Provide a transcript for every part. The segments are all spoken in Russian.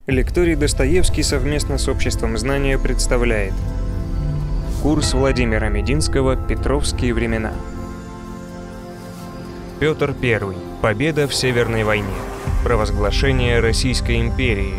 Лекторий Достоевский совместно с Обществом знания представляет курс Владимира Мединского «Петровские времена». Петр I. Победа в Северной войне. Провозглашение Российской империи.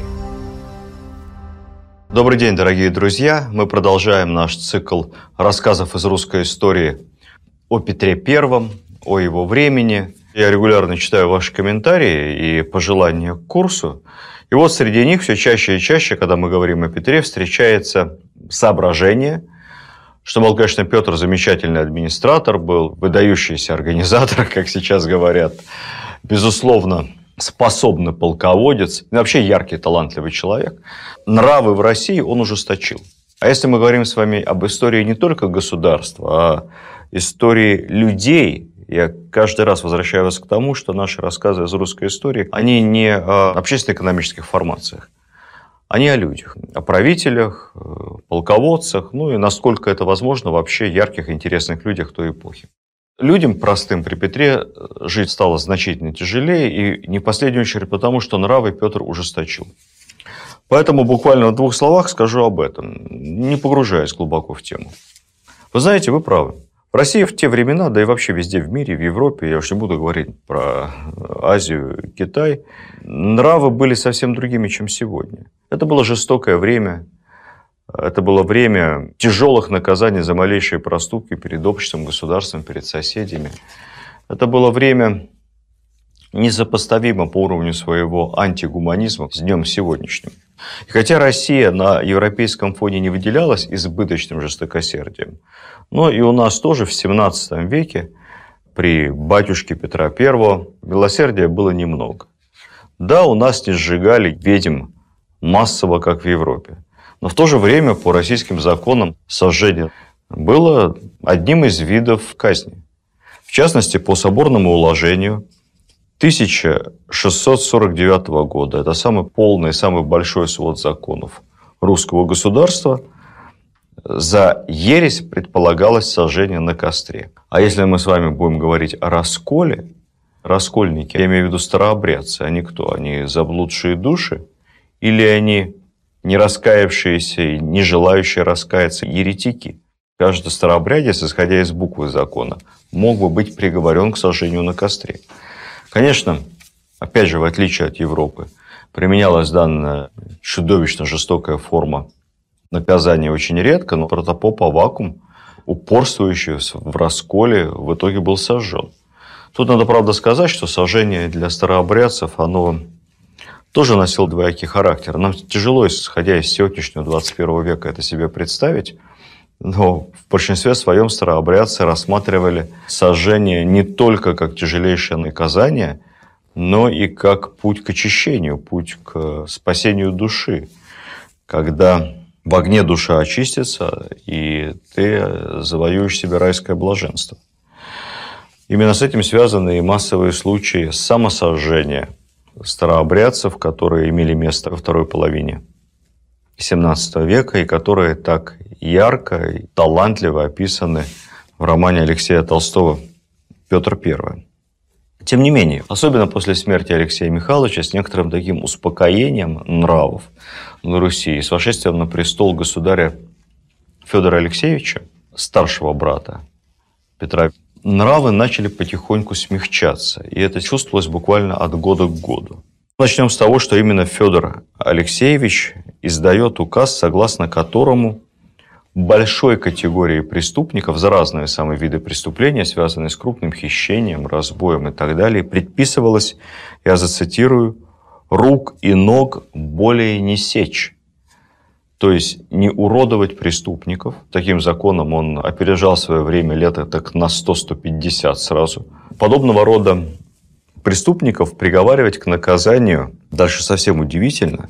Добрый день, дорогие друзья! Мы продолжаем наш цикл рассказов из русской истории о Петре I, о его времени. Я регулярно читаю ваши комментарии и пожелания к курсу. И вот среди них все чаще и чаще, когда мы говорим о Петре, встречается соображение, что, мол, конечно, Петр замечательный администратор был, выдающийся организатор, как сейчас говорят, безусловно, способный полководец, и вообще яркий, талантливый человек. Нравы в России он ужесточил. А если мы говорим с вами об истории не только государства, а истории людей, я каждый раз возвращаюсь к тому, что наши рассказы из русской истории, они не о общественно-экономических формациях, они о людях, о правителях, полководцах, ну и, насколько это возможно, вообще ярких, интересных людях той эпохи. Людям простым при Петре жить стало значительно тяжелее, и не в последнюю очередь потому, что нравы Петр ужесточил. Поэтому буквально в двух словах скажу об этом, не погружаясь глубоко в тему. Вы знаете, вы правы. В России в те времена, да и вообще везде в мире, в Европе, я уж не буду говорить про Азию, Китай, нравы были совсем другими, чем сегодня. Это было жестокое время, это было время тяжелых наказаний за малейшие проступки перед обществом, государством, перед соседями. Это было время несопоставимо по уровню своего антигуманизма с днем сегодняшним. И хотя Россия на европейском фоне не выделялась избыточным жестокосердием, но и у нас тоже в 17 веке при батюшке Петра I милосердия было немного. Да, у нас не сжигали ведьм массово, как в Европе, но в то же время по российским законам сожжение было одним из видов казни. В частности, по соборному уложению 1649 года, это самый полный, самый большой свод законов русского государства, за ересь предполагалось сожжение на костре. А если мы с вами будем говорить о расколе, раскольники, я имею в виду старообрядцы, они кто? Они заблудшие души? Или они не раскаявшиеся и не желающие раскаяться еретики? Каждый старообрядец, исходя из буквы закона, мог бы быть приговорен к сожжению на костре. Конечно, опять же, в отличие от Европы, применялась данная чудовищно жестокая форма наказания очень редко, но протопоп Аввакум, упорствующий в расколе, в итоге был сожжен. Тут надо, правда, сказать, что сожжение для старообрядцев, оно тоже носило двоякий характер. Нам тяжело, исходя из сегодняшнего 21 века, это себе представить, но в большинстве своем старообрядцы рассматривали сожжение не только как тяжелейшее наказание, но и как путь к очищению, путь к спасению души, когда в огне душа очистится, и ты завоюешь себе райское блаженство. Именно с этим связаны и массовые случаи самосожжения старообрядцев, которые имели место во второй половине XVII века и которые так ярко и талантливо описаны в романе Алексея Толстого «Петр I». Тем не менее, особенно после смерти Алексея Михайловича, с некоторым таким успокоением нравов на Руси и с восшествием на престол государя Федора Алексеевича, старшего брата Петра, нравы начали потихоньку смягчаться, и это чувствовалось буквально от года к году. Начнем с того, что именно Федор Алексеевич издает указ, согласно которому большой категории преступников за разные самые виды преступления, связанные с крупным хищением, разбоем и так далее, предписывалось, я зацитирую, «рук и ног более не сечь». То есть не уродовать преступников. Таким законом он опережал свое время лет так на 100-150 сразу. Подобного рода преступников приговаривать к наказанию, дальше совсем удивительно,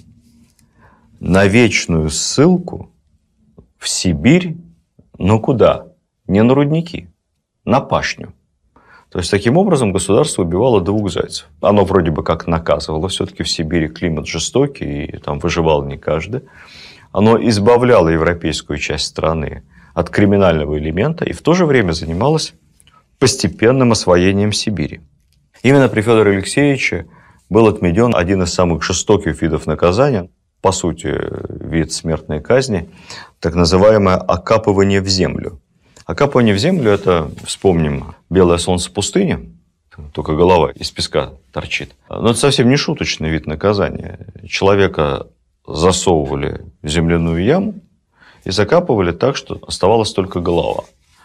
на вечную ссылку в Сибирь, но куда? Не на рудники, на пашню. То есть, таким образом, государство убивало двух зайцев. Оно вроде бы как наказывало, все-таки в Сибири климат жестокий, и там выживал не каждый. Оно избавляло европейскую часть страны от криминального элемента и в то же время занималось постепенным освоением Сибири. Именно при Федоре Алексеевиче был отменен один из самых жестоких видов наказания. по сути, вид смертной казни, так называемое окапывание в землю. Окапывание в землю – это, вспомним, белое солнце пустыни, только голова из песка торчит. Но это совсем не шуточный вид наказания. Человека засовывали в земляную яму и закапывали так, что оставалась только голова.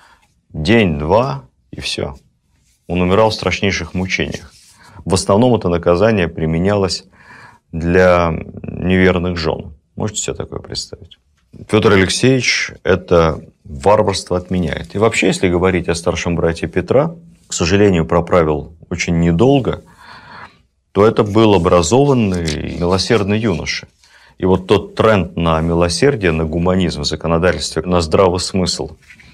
День-два и все. Он умирал в страшнейших мучениях. В основном это наказание применялось для неверных жен. Можете себе такое представить? Петр Алексеевич это варварство отменяет. И вообще, если говорить о старшем брате Петра, к сожалению, проправил очень недолго, то это был образованный, милосердный юноша. И вот тот тренд на милосердие, на гуманизм в законодательстве, на здравый смысл,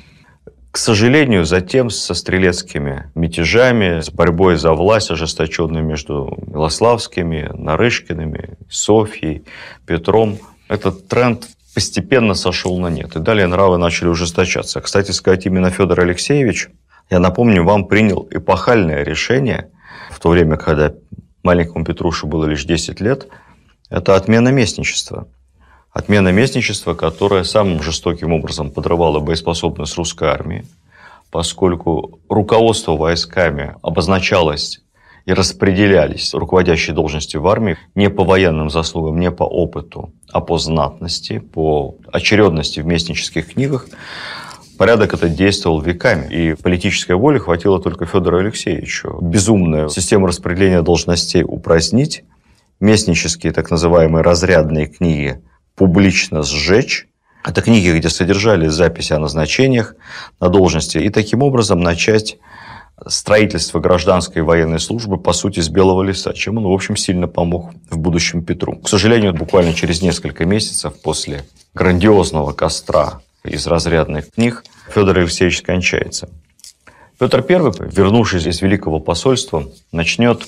к сожалению, затем со стрелецкими мятежами, с борьбой за власть, ожесточенной между Милославскими, Нарышкиными, Софьей, Петром, этот тренд постепенно сошел на нет. И далее нравы начали ужесточаться. Кстати сказать, именно Федор Алексеевич, я напомню, вам принял эпохальное решение, в то время, когда маленькому Петруше было лишь 10 лет, это отмена местничества. Отмена местничества, которая самым жестоким образом подрывала боеспособность русской армии, поскольку руководство войсками обозначалось и распределялись руководящие должности в армии не по военным заслугам, не по опыту, а по знатности, по очередности в местнических книгах. Порядок этот действовал веками, и политической воли хватило только Федору Алексеевичу. Безумную систему распределения должностей упразднить, местнические так называемые разрядные книги публично сжечь. Это книги, где содержались записи о назначениях на должности, и таким образом начать строительство гражданской и военной службы, по сути, с белого листа, чем он, в общем, сильно помог в будущем Петру. К сожалению, буквально через несколько месяцев после грандиозного костра из разрядных книг Федор Алексеевич скончается. Петр I, вернувшись из Великого посольства, начнет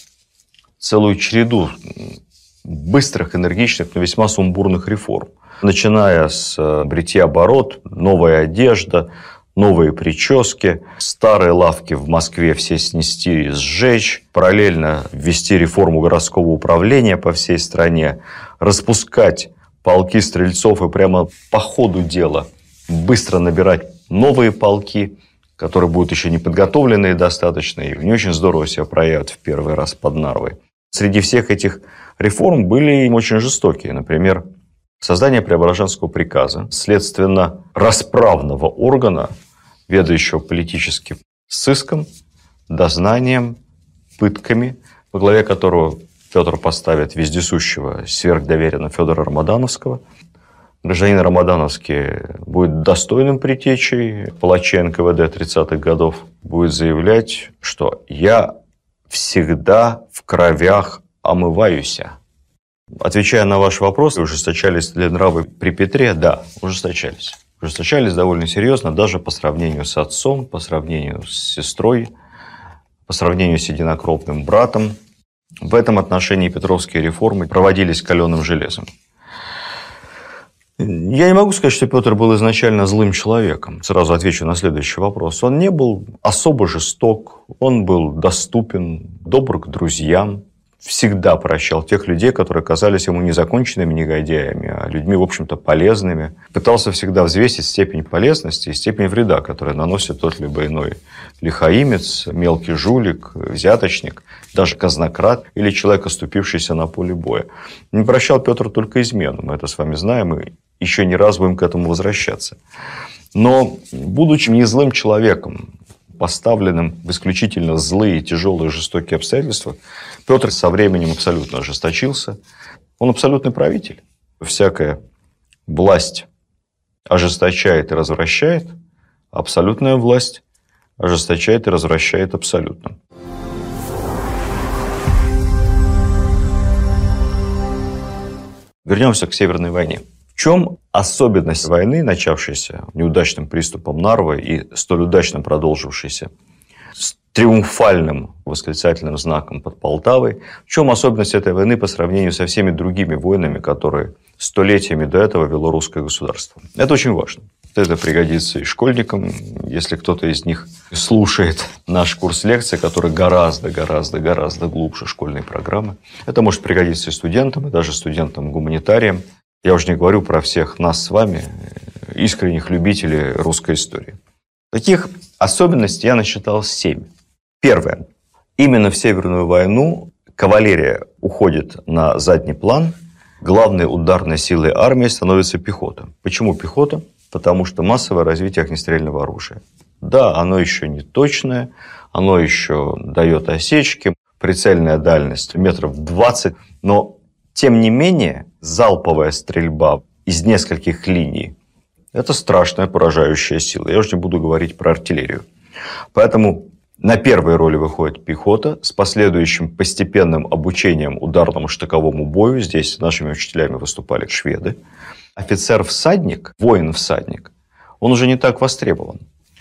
целую череду быстрых, энергичных, но весьма сумбурных реформ. Начиная с бритья бород, новая одежда, новые прически, старые лавки в Москве все снести и сжечь, параллельно ввести реформу городского управления по всей стране, распускать полки стрельцов и прямо по ходу дела быстро набирать новые полки, которые будут еще не подготовленные достаточно и не очень здорово себя проявят в первый раз под Нарвой. Среди всех этих реформ были очень жестокие. Например, создание Преображенского приказа, следственно расправного органа, ведающего политическим сыском, дознанием, пытками, во главе которого Петр поставит вездесущего сверхдоверенного Федора Рамадановского. Гражданин Рамадановский будет достойным предтечей палача НКВД 30-х годов, будет заявлять, что «я всегда в кровях омываюсь». Отвечая на ваш вопрос, ужесточались ли нравы при Петре? Да, ужесточались. Ужесточались довольно серьезно, даже по сравнению с отцом, по сравнению с сестрой, по сравнению с единокровным братом. В этом отношении петровские реформы проводились каленым железом. Я не могу сказать, что Петр был изначально злым человеком. Сразу отвечу на следующий вопрос. Он не был особо жесток, он был доступен, добр к друзьям, всегда прощал тех людей, которые казались ему незаконченными негодяями, а людьми, в общем-то, полезными. Пытался всегда взвесить степень полезности и степень вреда, которую наносит тот либо иной лихаимец, мелкий жулик, взяточник, даже казнократ или человек, оступившийся на поле боя. Не прощал Петр только измену, мы это с вами знаем, и еще не раз будем к этому возвращаться. Но, будучи не злым человеком, поставленным в исключительно злые, тяжелые, жестокие обстоятельства, Петр со временем абсолютно ожесточился. Он абсолютный правитель. Всякая власть ожесточает и развращает, а абсолютная власть ожесточает и развращает абсолютно. Вернемся к Северной войне. В чем особенность войны, начавшейся неудачным приступом Нарвы и столь удачно продолжившейся с триумфальным восклицательным знаком под Полтавой? В чем особенность этой войны по сравнению со всеми другими войнами, которые столетиями до этого вело русское государство? Это очень важно. Это пригодится и школьникам, если кто-то из них слушает наш курс лекций, который гораздо глубже школьной программы. Это может пригодиться и студентам, и даже студентам-гуманитариям. Я уже не говорю про всех нас с вами, искренних любителей русской истории. Таких особенностей я насчитал 7. Первое. Именно в Северную войну кавалерия уходит на задний план. Главной ударной силой армии становится пехота. Почему пехота? Потому что массовое развитие огнестрельного оружия. Да, оно еще не точное, оно еще дает осечки, прицельная дальность метров 20, но тем не менее залповая стрельба из нескольких линий – это страшная поражающая сила. Я уже не буду говорить про артиллерию. Поэтому на первой роли выходит пехота с последующим постепенным обучением ударному штыковому бою. Здесь нашими учителями выступали шведы. Офицер-всадник, воин-всадник, он уже не так востребован.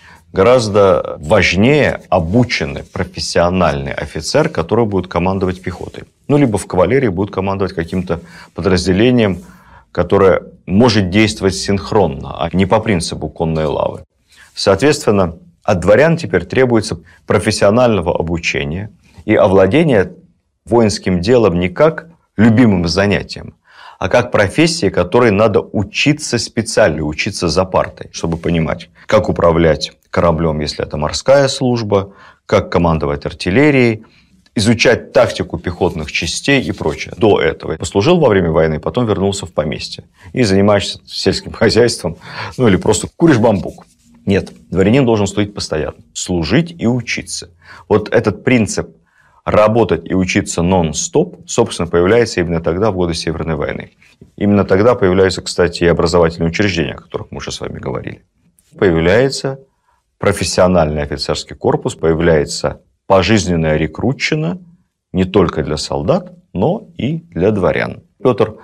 Гораздо важнее обученный профессиональный офицер, который будет командовать пехотой. Ну, либо в кавалерии будет командовать каким-то подразделением, которое может действовать синхронно, а не по принципу конной лавы. Соответственно, от дворян теперь требуется профессионального обучения и овладения воинским делом не как любимым занятием, а как профессии, которой надо учиться специально, учиться за партой, чтобы понимать, как управлять кораблем, если это морская служба, как командовать артиллерией, изучать тактику пехотных частей и прочее. До этого послужил во время войны, потом вернулся в поместье и занимаешься сельским хозяйством, ну или просто куришь бамбук. Нет, дворянин должен служить постоянно, служить и учиться. Вот этот принцип работать и учиться нон-стоп, собственно, появляется именно тогда, в годы Северной войны. Именно тогда появляются, кстати, и образовательные учреждения, о которых мы уже с вами говорили. Появляется профессиональный офицерский корпус, появляется пожизненная рекрутчина не только для солдат, но и для дворян. Петр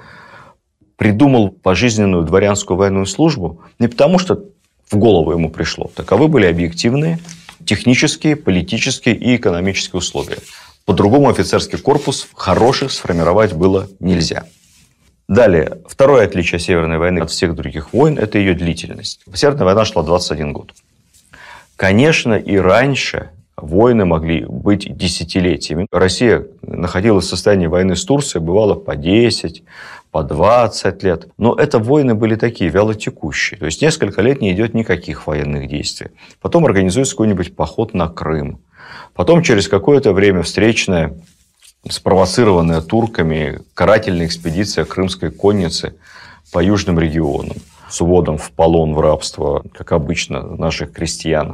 придумал пожизненную дворянскую военную службу не потому, что в голову ему пришло. Таковы были объективные технические, политические и экономические условия. По-другому офицерский корпус хороший сформировать было нельзя. Далее, второе отличие Северной войны от всех других войн – это ее длительность. Северная война шла 21 год. Конечно, и раньше войны могли быть десятилетиями. Россия находилась в состоянии войны с Турцией, бывало по 10, по 20 лет. Но это войны были такие, вялотекущие. То есть, несколько лет не идет никаких военных действий. Потом организуется какой-нибудь поход на Крым. Потом через какое-то время встречная, спровоцированная турками, карательная экспедиция крымской конницы по южным регионам с уводом в полон, в рабство, как обычно, наших крестьян.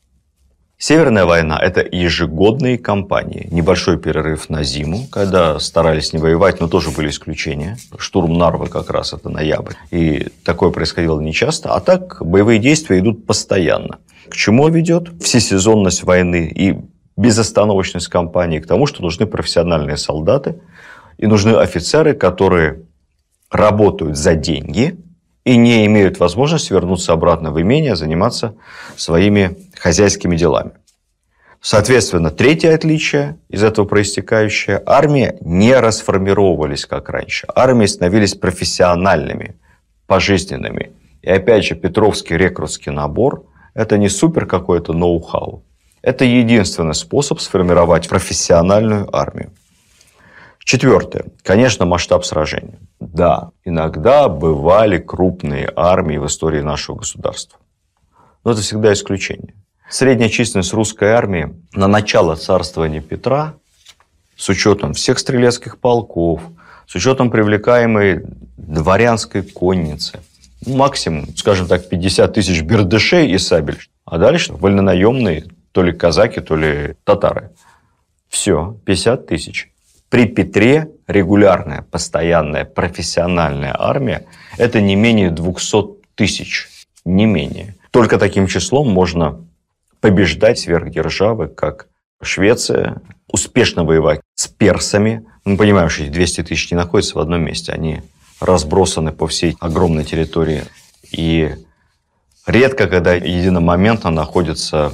Северная война – это ежегодные кампании. Небольшой перерыв на зиму, когда старались не воевать, но тоже были исключения. Штурм Нарвы как раз это ноябрь. И такое происходило нечасто. А так боевые действия идут постоянно. К чему ведет всесезонность войны и безостановочность кампании? К тому, что нужны профессиональные солдаты и нужны офицеры, которые работают за деньги и не имеют возможности вернуться обратно в имение, заниматься своими хозяйскими делами. Соответственно, третье отличие из этого проистекающее – армии не расформировывались, как раньше. Армии становились профессиональными, пожизненными. И опять же, Петровский рекрутский набор – это не супер какой-то ноу-хау. Это единственный способ сформировать профессиональную армию. Четвертое. Конечно, масштаб сражения. Да, иногда бывали крупные армии в истории нашего государства. Но это всегда исключение. Средняя численность русской армии на начало царствования Петра, с учетом всех стрелецких полков, с учетом привлекаемой дворянской конницы, максимум, скажем так, 50 тысяч бердышей и сабель. А дальше вольнонаемные, то ли казаки, то ли татары. Все, 50 тысяч. При Петре регулярная, постоянная, профессиональная армия – это не менее 200 тысяч, не менее. Только таким числом можно побеждать сверхдержавы, как Швеция, успешно воевать с персами. Мы понимаем, что эти 200 тысяч не находятся в одном месте, они разбросаны по всей огромной территории. И редко, когда единомоментно находятся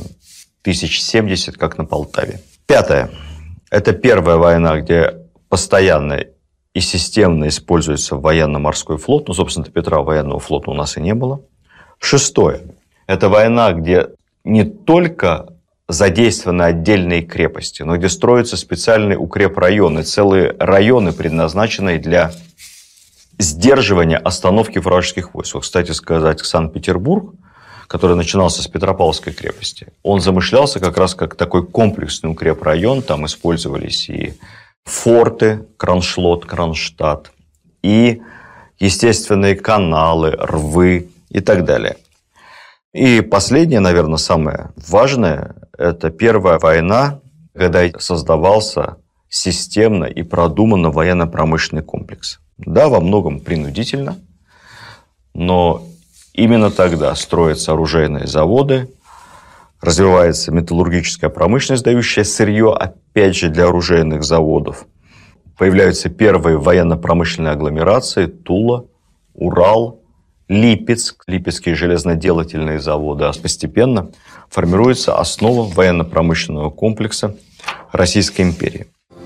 1070, как на Полтаве. Пятое. Это первая война, где постоянно и системно используется военно-морской флот. Ну, собственно, до Петра военного флота у нас и не было. Шестое. Это война, где не только задействованы отдельные крепости, но где строятся специальные укрепрайоны, целые районы, предназначенные для сдерживания остановки вражеских войск. Вот, кстати сказать, Санкт-Петербург, который начинался с Петропавловской крепости, он замышлялся как раз как такой комплексный укрепрайон. Там использовались и форты, Кроншлот, Кронштадт, и естественные каналы, рвы и так далее. И последнее, наверное, самое важное, это первая война, когда создавался системно и продуманно военно-промышленный комплекс. Да, во многом принудительно, но именно тогда строятся оружейные заводы, развивается металлургическая промышленность, дающая сырье, опять же, для оружейных заводов. Появляются первые военно-промышленные агломерации: Тула, Урал, Липецк, Липецкие железноделательные заводы. А постепенно формируется основа военно-промышленного комплекса Российской империи.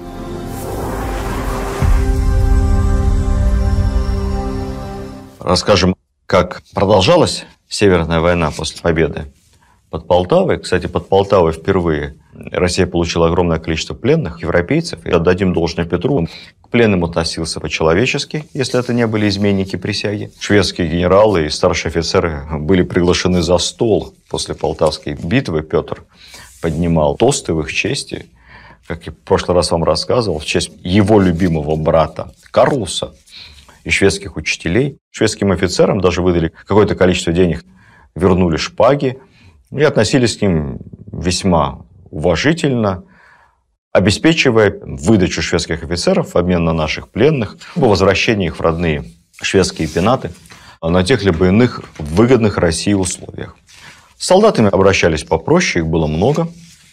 Расскажем, как продолжалась Северная война после победы под Полтавой. Кстати, под Полтавой впервые Россия получила огромное количество пленных европейцев. И отдадим должное Петру. К пленным относился по-человечески, если это не были изменники присяги. Шведские генералы и старшие офицеры были приглашены за стол. После Полтавской битвы Петр поднимал тосты в их честь. Как я в прошлый раз вам рассказывал, в честь его любимого брата Карлуса и шведских учителей. Шведским офицерам даже выдали какое-то количество денег, вернули шпаги и относились к ним весьма уважительно, обеспечивая выдачу шведских офицеров в обмен на наших пленных, по возвращении их в родные шведские пенаты на тех либо иных выгодных России условиях. С солдатами обращались попроще, их было много,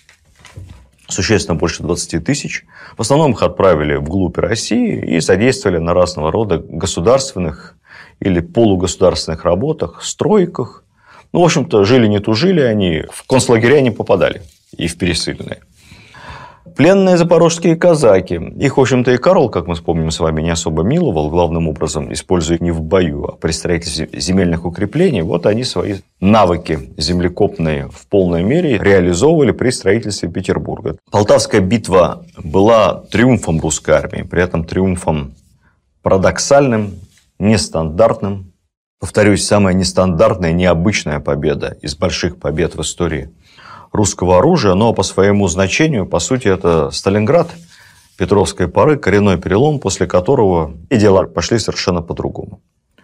существенно больше 20 тысяч. В основном их отправили вглубь России и содействовали на разного рода государственных или полугосударственных работах, стройках. Ну, в общем-то, жили не тужили они, в концлагеря не попадали и в пересыльные. Пленные запорожские казаки. Их, в общем-то, и Карл, как мы вспомним с вами, не особо миловал, главным образом используя их не в бою, а при строительстве земельных укреплений. Вот они свои навыки землекопные в полной мере реализовывали при строительстве Петербурга. Полтавская битва была триумфом русской армии, при этом триумфом парадоксальным, нестандартным. Повторюсь, самая нестандартная, необычная победа из больших побед в истории русского оружия, но по своему значению, по сути, это Сталинград Петровской поры, коренной перелом, после которого и дела пошли совершенно по-другому.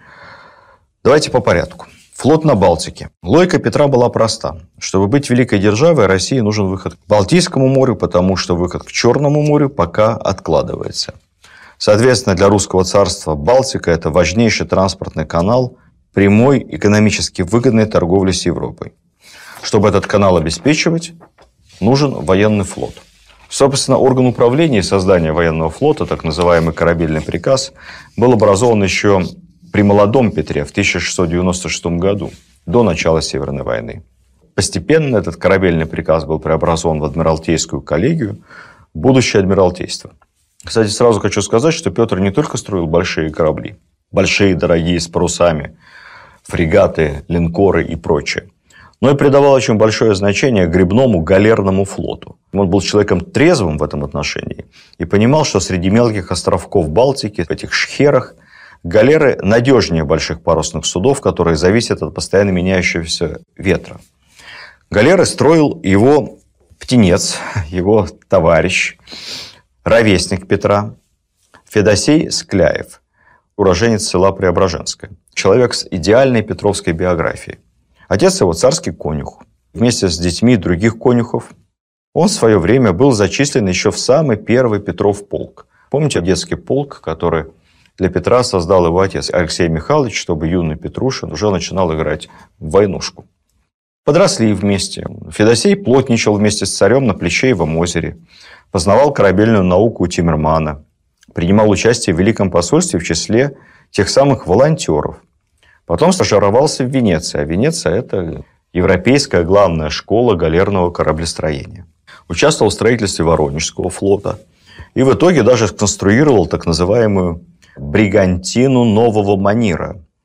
Давайте по порядку. Флот на Балтике. Логика Петра была проста. Чтобы быть великой державой, России нужен выход к Балтийскому морю, потому что выход к Черному морю пока откладывается. Соответственно, для русского царства Балтика – это важнейший транспортный канал прямой, экономически выгодной торговли с Европой. Чтобы этот канал обеспечивать, нужен военный флот. Собственно, орган управления и создания военного флота, так называемый корабельный приказ, был образован еще при молодом Петре в 1696 году, до начала Северной войны. Постепенно этот корабельный приказ был преобразован в Адмиралтейскую коллегию, будущее Адмиралтейство. Кстати, сразу хочу сказать, что Петр не только строил большие корабли, большие, дорогие, с парусами, фрегаты, линкоры и прочее, но и придавал очень большое значение гребному галерному флоту. Он был человеком трезвым в этом отношении и понимал, что среди мелких островков Балтики, в этих шхерах, галеры надежнее больших парусных судов, которые зависят от постоянно меняющегося ветра. Галеры строил его птенец, его товарищ, ровесник Петра, Федосей Скляев, уроженец села Преображенское. Человек с идеальной петровской биографией. Отец его царский конюх. Вместе с детьми других конюхов он в свое время был зачислен еще в самый первый Петров полк. Помните детский полк, который для Петра создал его отец Алексей Михайлович, чтобы юный Петрушин уже начинал играть в войнушку. Подросли вместе. Федосей плотничал вместе с царем на Плещеевом озере. Познавал корабельную науку у Тиммермана. Принимал участие в Великом посольстве в числе тех самых волонтеров. Потом стажировался в Венеции. А Венеция – это европейская главная школа галерного кораблестроения. Участвовал в строительстве Воронежского флота. И в итоге даже сконструировал так называемую бригантину нового манера.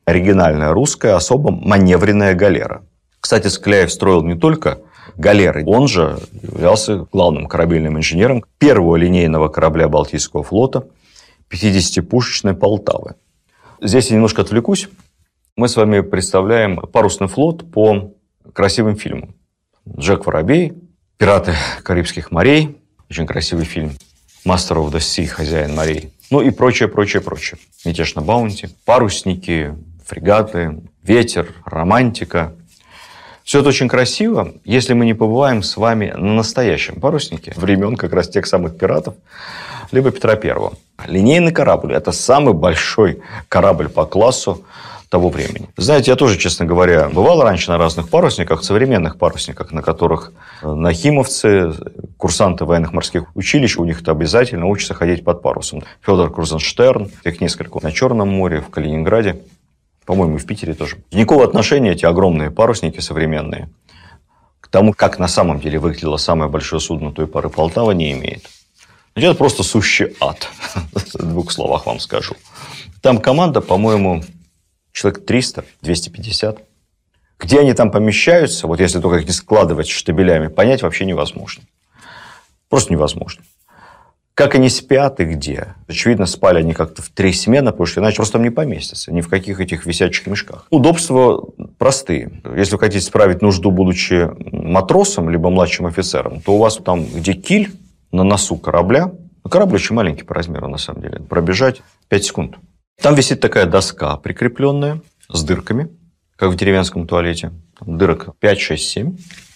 оригинальная русская, особо маневренная галера. Кстати, Скляев строил не только галеры, он же являлся главным корабельным инженером первого линейного корабля Балтийского флота 50-пушечной Полтавы. Здесь я немножко отвлекусь. Мы с вами представляем парусный флот по красивым фильмам. «Джек Воробей», «Пираты Карибских морей», очень красивый фильм, «Master of the Sea», «Хозяин морей», ну и прочее, прочее, прочее. «Мятеж на Баунти», «Парусники», «Фрегаты», «Ветер», «Романтика». Все это очень красиво, если мы не побываем с вами на настоящем паруснике времен как раз тех самых пиратов, либо Петра I. Линейный корабль – это самый большой корабль по классу того времени. Знаете, я тоже, честно говоря, бывал раньше на разных парусниках, современных парусниках, на которых нахимовцы, курсанты военных морских училищ, у них-то обязательно учатся ходить под парусом. Федор Крузенштерн, их несколько на Черном море, в Калининграде, по-моему, и в Питере тоже. Никакого отношения эти огромные парусники современные к тому, как на самом деле выглядело самое большое судно той поры Полтава, не имеет. Это просто сущий ад. В двух словах вам скажу. Там команда, по-моему, человек 300, 250. Где они там помещаются, вот если только их не складывать штабелями, понять вообще невозможно. Просто невозможно. Как они спят и где? Очевидно, спали они как-то в 3 смены, потому что иначе просто там не поместятся. Ни в каких этих висячих мешках. Удобства простые. Если вы хотите справить нужду, будучи матросом, либо младшим офицером, то у вас там, где киль, на носу корабля, корабль очень маленький по размеру, на самом деле, пробежать 5 секунд. Там висит такая доска прикрепленная с дырками, как в деревенском туалете. Там дырок 5, 6, 7.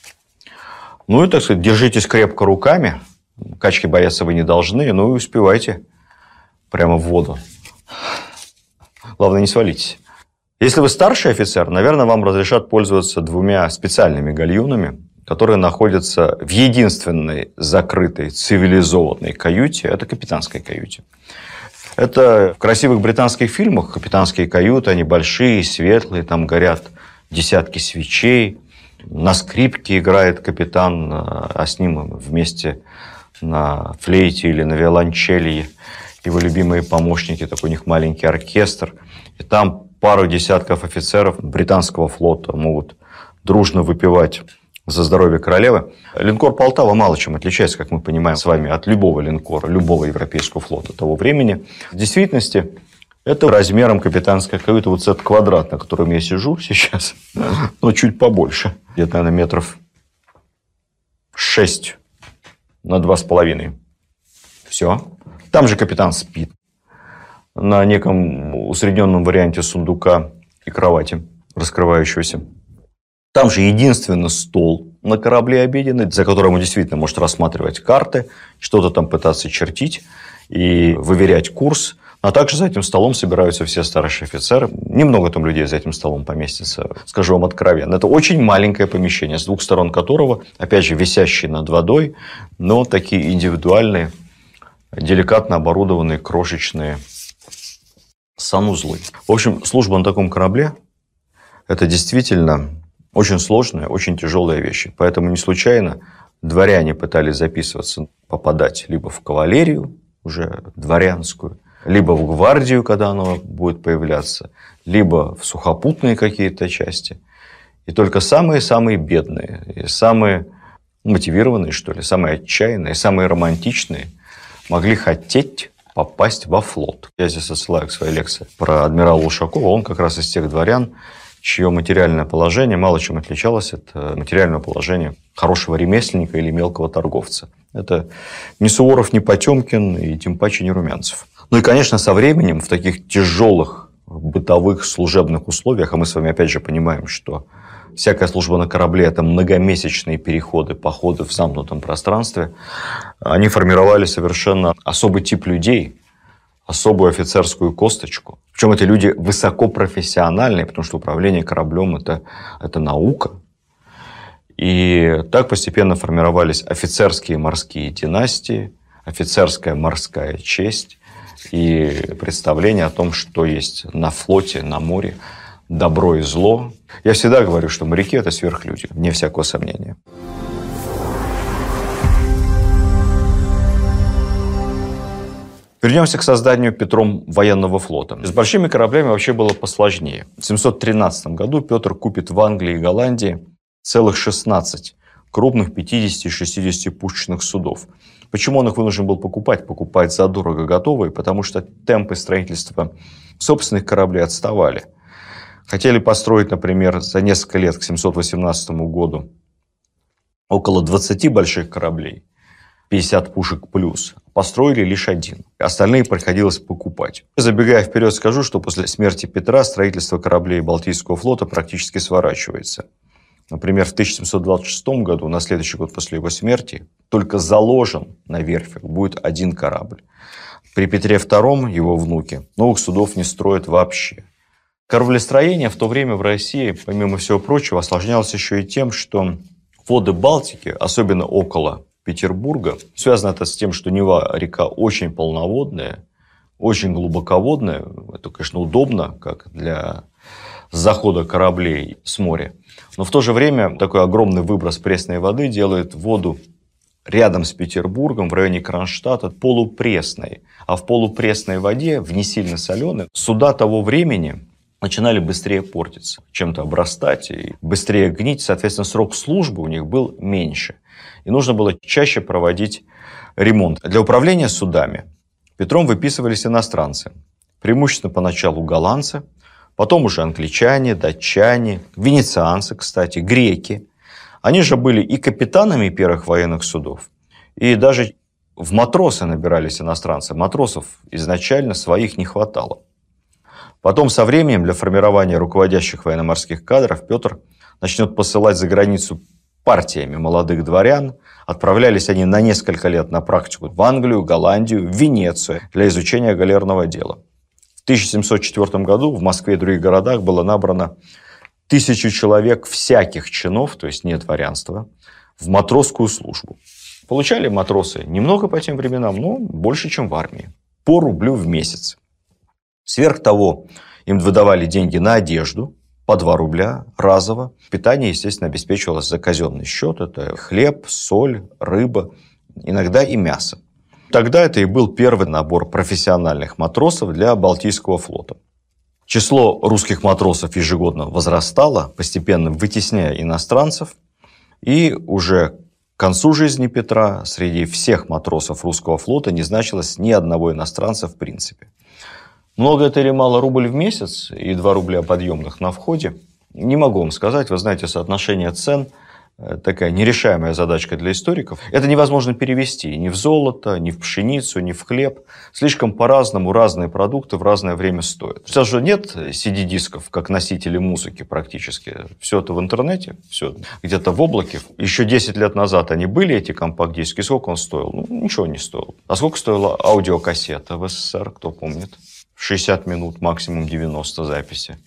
Ну и, так сказать, держитесь крепко руками. Качки бояться вы не должны, ну и успевайте прямо в воду. Главное, не свалитесь. Если вы старший офицер, наверное, вам разрешат пользоваться 2 специальными гальюнами, которые находятся в единственной закрытой цивилизованной каюте. Это капитанской каюте. Это в красивых британских фильмах капитанские каюты, они большие, светлые, там горят десятки свечей. На скрипке играет капитан, а с ним вместе на флейте или на виолончели его любимые помощники, такой у них маленький оркестр. И там пару десятков офицеров британского флота могут дружно выпивать за здоровье королевы. Линкор «Полтава» мало чем отличается, как мы понимаем с вами, от любого линкора, любого европейского флота того времени. В действительности, это размером капитанская каюта, вот этот квадрат, на котором я сижу сейчас, но чуть побольше. Где-то, наверное, метров 6 на 2,5. Все. Там же капитан спит на неком усредненном варианте сундука и кровати, раскрывающегося. Там же единственный стол на корабле обеденный, за которым он действительно может рассматривать карты, что-то там пытаться чертить и выверять курс. А также за этим столом собираются все старшие офицеры. Немного там людей за этим столом поместится, скажу вам откровенно. Это очень маленькое помещение, с 2 сторон которого, опять же, висящие над водой, но такие индивидуальные, деликатно оборудованные, крошечные санузлы. В общем, служба на таком корабле – это действительно очень сложная, очень тяжелая вещь. Поэтому не случайно дворяне пытались записываться, попадать либо в кавалерию, уже дворянскую, либо в гвардию, когда она будет появляться, либо в сухопутные какие-то части. И только самые-самые бедные, и самые мотивированные, что ли, самые отчаянные, самые романтичные могли хотеть попасть во флот. Я здесь отсылаю к своей лекции про адмирала Ушакова. Он как раз из тех дворян, чье материальное положение мало чем отличалось от материального положения хорошего ремесленника или мелкого торговца. Это ни Суворов, ни Потемкин, и тем паче не Румянцев. Ну и, конечно, со временем в таких тяжелых бытовых служебных условиях, а мы с вами опять же понимаем, что всякая служба на корабле – это многомесячные переходы, походы в замкнутом пространстве, они формировали совершенно особый тип людей, особую офицерскую косточку. Причем это люди высокопрофессиональные, потому что управление кораблем – это наука. И так постепенно формировались офицерские морские династии, офицерская морская честь и представление о том, что есть на флоте, на море, добро и зло. Я всегда говорю, что моряки – это сверхлюди, вне всякого сомнения. Вернемся к созданию Петром военного флота. С большими кораблями вообще было посложнее. В 713 году Петр купит в Англии и Голландии целых 16 крупных 50-60 пушечных судов. Почему он их вынужден был покупать? Покупать задорого готовые, потому что темпы строительства собственных кораблей отставали. Хотели построить, например, за несколько лет к 718 году около 20 больших кораблей, 50 пушек плюс. Построили лишь один. Остальные приходилось покупать. Забегая вперед, скажу, что после смерти Петра строительство кораблей Балтийского флота практически сворачивается. Например, в 1726 году, на следующий год после его смерти, только заложен на верфях будет один корабль. При Петре II, его внуке, новых судов не строят вообще. Кораблестроение в то время в России, помимо всего прочего, осложнялось еще и тем, что воды Балтики, особенно около Петербурга, связано это с тем, что Нева река очень полноводная, очень глубоководная. Это, конечно, удобно, как для захода кораблей с моря. Но в то же время такой огромный выброс пресной воды делает воду рядом с Петербургом, в районе Кронштадта, полупресной. А в полупресной воде, в не сильно соленой, суда того времени начинали быстрее портиться, чем-то обрастать и быстрее гнить. Соответственно, срок службы у них был меньше. И нужно было чаще проводить ремонт. Для управления судами Петром выписывались иностранцы. Преимущественно поначалу голландцы, потом уже англичане, датчане, венецианцы, кстати, греки. Они же были и капитанами первых военных судов, и даже в матросы набирались иностранцы. Матросов изначально своих не хватало. Потом со временем для формирования руководящих военно-морских кадров Петр начнет посылать за границу партиями молодых дворян. Отправлялись они на несколько лет на практику в Англию, Голландию, в Венецию для изучения галерного дела. В 1704 году в Москве и других городах было набрано 1000 человек всяких чинов, то есть не дворянства, в матросскую службу. Получали матросы немного по тем временам, но больше, чем в армии. По рублю в месяц. Сверх того, им выдавали деньги на одежду, по 2 рубля разово. Питание, естественно, обеспечивалось за казенный счет. Это хлеб, соль, рыба, иногда и мясо. Тогда это и был первый набор профессиональных матросов для Балтийского флота. Число русских матросов ежегодно возрастало, постепенно вытесняя иностранцев. И уже к концу жизни Петра среди всех матросов русского флота не значилось ни одного иностранца в принципе. Много это или мало рубль в месяц и 2 рубля подъемных на входе? Не могу вам сказать. Вы знаете, соотношение цен – такая нерешаемая задачка для историков. Это невозможно перевести ни в золото, ни в пшеницу, ни в хлеб. Слишком по-разному разные продукты в разное время стоят. Сейчас же нет CD-дисков, как носители музыки практически. Все это в интернете, все где-то в облаке. Еще 10 лет назад они были, эти компакт-диски. Сколько он стоил? Ну, ничего не стоил. А сколько стоила аудиокассета в СССР, кто помнит? 60 минут, максимум 90 записи.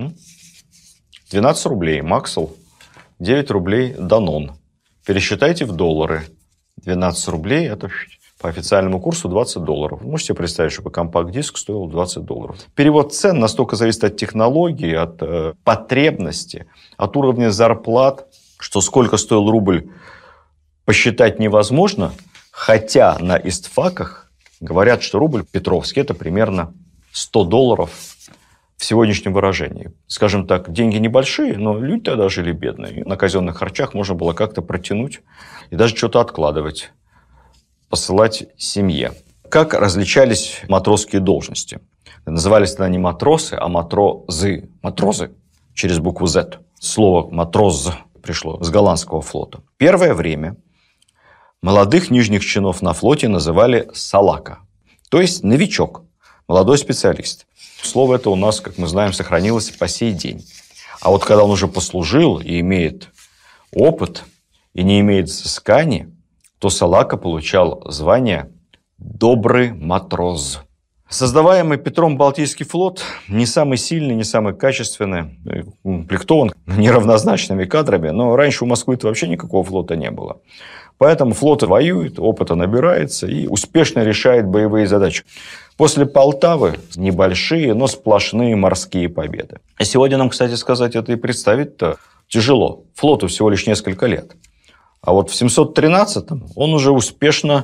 12 рублей Максел, 9 рублей Данон. Пересчитайте в доллары. 12 рублей – это по официальному курсу $20. Можете представить, чтобы компакт-диск стоил $20. Перевод цен настолько зависит от технологии, от потребности, от уровня зарплат, что сколько стоил рубль, посчитать невозможно. Хотя на истфаках говорят, что рубль петровский – это примерно $100 в сегодняшнем выражении. Скажем так, деньги небольшие, но люди тогда жили бедные. На казенных харчах можно было как-то протянуть и даже что-то откладывать, посылать семье. Как различались матросские должности? Назывались тогда не матросы, а матрозы. Матрозы через букву «Z». Слово «матроз» пришло с голландского флота. Первое время молодых нижних чинов на флоте называли «салака», то есть новичок. Молодой специалист. Слово это у нас, как мы знаем, сохранилось по сей день. А вот когда он уже послужил и имеет опыт, и не имеет взысканий, то салака получал звание «добрый матрос». Создаваемый Петром Балтийский флот не самый сильный, не самый качественный, укомплектован неравнозначными кадрами, но раньше у Москвы-то вообще никакого флота не было. Поэтому флот воюет, опыта набирается и успешно решает боевые задачи. После Полтавы небольшие, но сплошные морские победы. А сегодня нам, кстати сказать, это и представить-то тяжело. Флоту всего лишь несколько лет. А вот в 713-м он уже успешно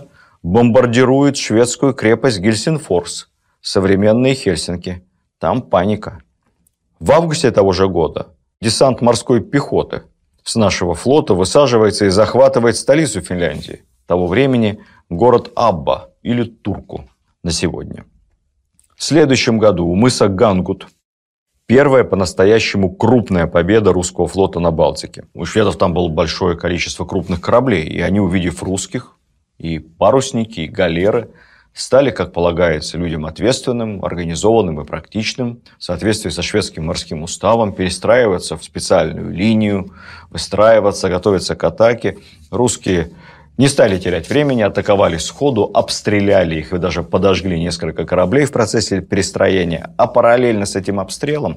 бомбардирует шведскую крепость Гельсинфорс, современные Хельсинки. Там паника. В августе того же года десант морской пехоты с нашего флота высаживается и захватывает столицу Финляндии. Того времени город Абба или Турку на сегодня. В следующем году у мыса Гангут первая по-настоящему крупная победа русского флота на Балтике. У шведов там было большое количество крупных кораблей, и они, увидев русских, и парусники, и галеры, стали, как полагается, людям ответственным, организованным и практичным, в соответствии со шведским морским уставом, перестраиваться в специальную линию, выстраиваться, готовиться к атаке. Русские не стали терять времени, атаковали сходу, обстреляли их и даже подожгли несколько кораблей в процессе перестроения. А параллельно с этим обстрелом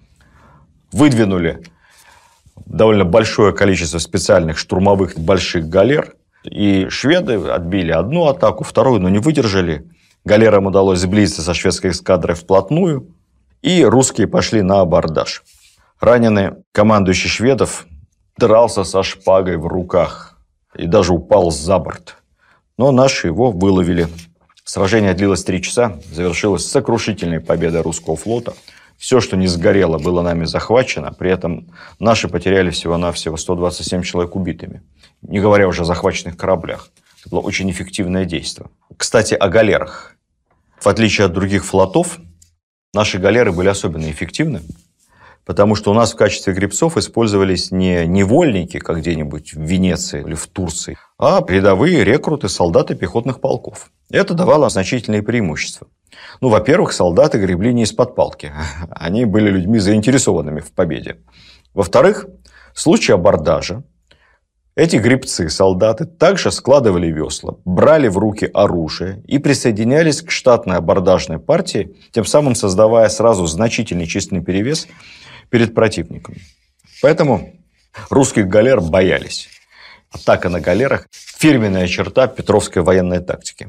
выдвинули довольно большое количество специальных штурмовых больших галер. И шведы отбили одну атаку, вторую, но не выдержали. Галерам удалось сблизиться со шведской эскадрой вплотную, и русские пошли на абордаж. Раненый командующий шведов дрался со шпагой в руках и даже упал за борт. Но наши его выловили. Сражение длилось 3 часа, завершилось сокрушительной победой русского флота. Все, что не сгорело, было нами захвачено. При этом наши потеряли всего-навсего 127 человек убитыми. Не говоря уже о захваченных кораблях. Это было очень эффективное действие. Кстати, о галерах. В отличие от других флотов, наши галеры были особенно эффективны, потому что у нас в качестве гребцов использовались не невольники, как где-нибудь в Венеции или в Турции, а рядовые рекруты, солдаты пехотных полков. Это давало значительные преимущества. Ну, во-первых, солдаты гребли не из-под палки. Они были людьми заинтересованными в победе. Во-вторых, в случае абордажа эти гребцы, солдаты, также складывали весла, брали в руки оружие и присоединялись к штатной абордажной партии, тем самым создавая сразу значительный численный перевес перед противником. Поэтому русских галер боялись. Атака на галерах – фирменная черта петровской военной тактики.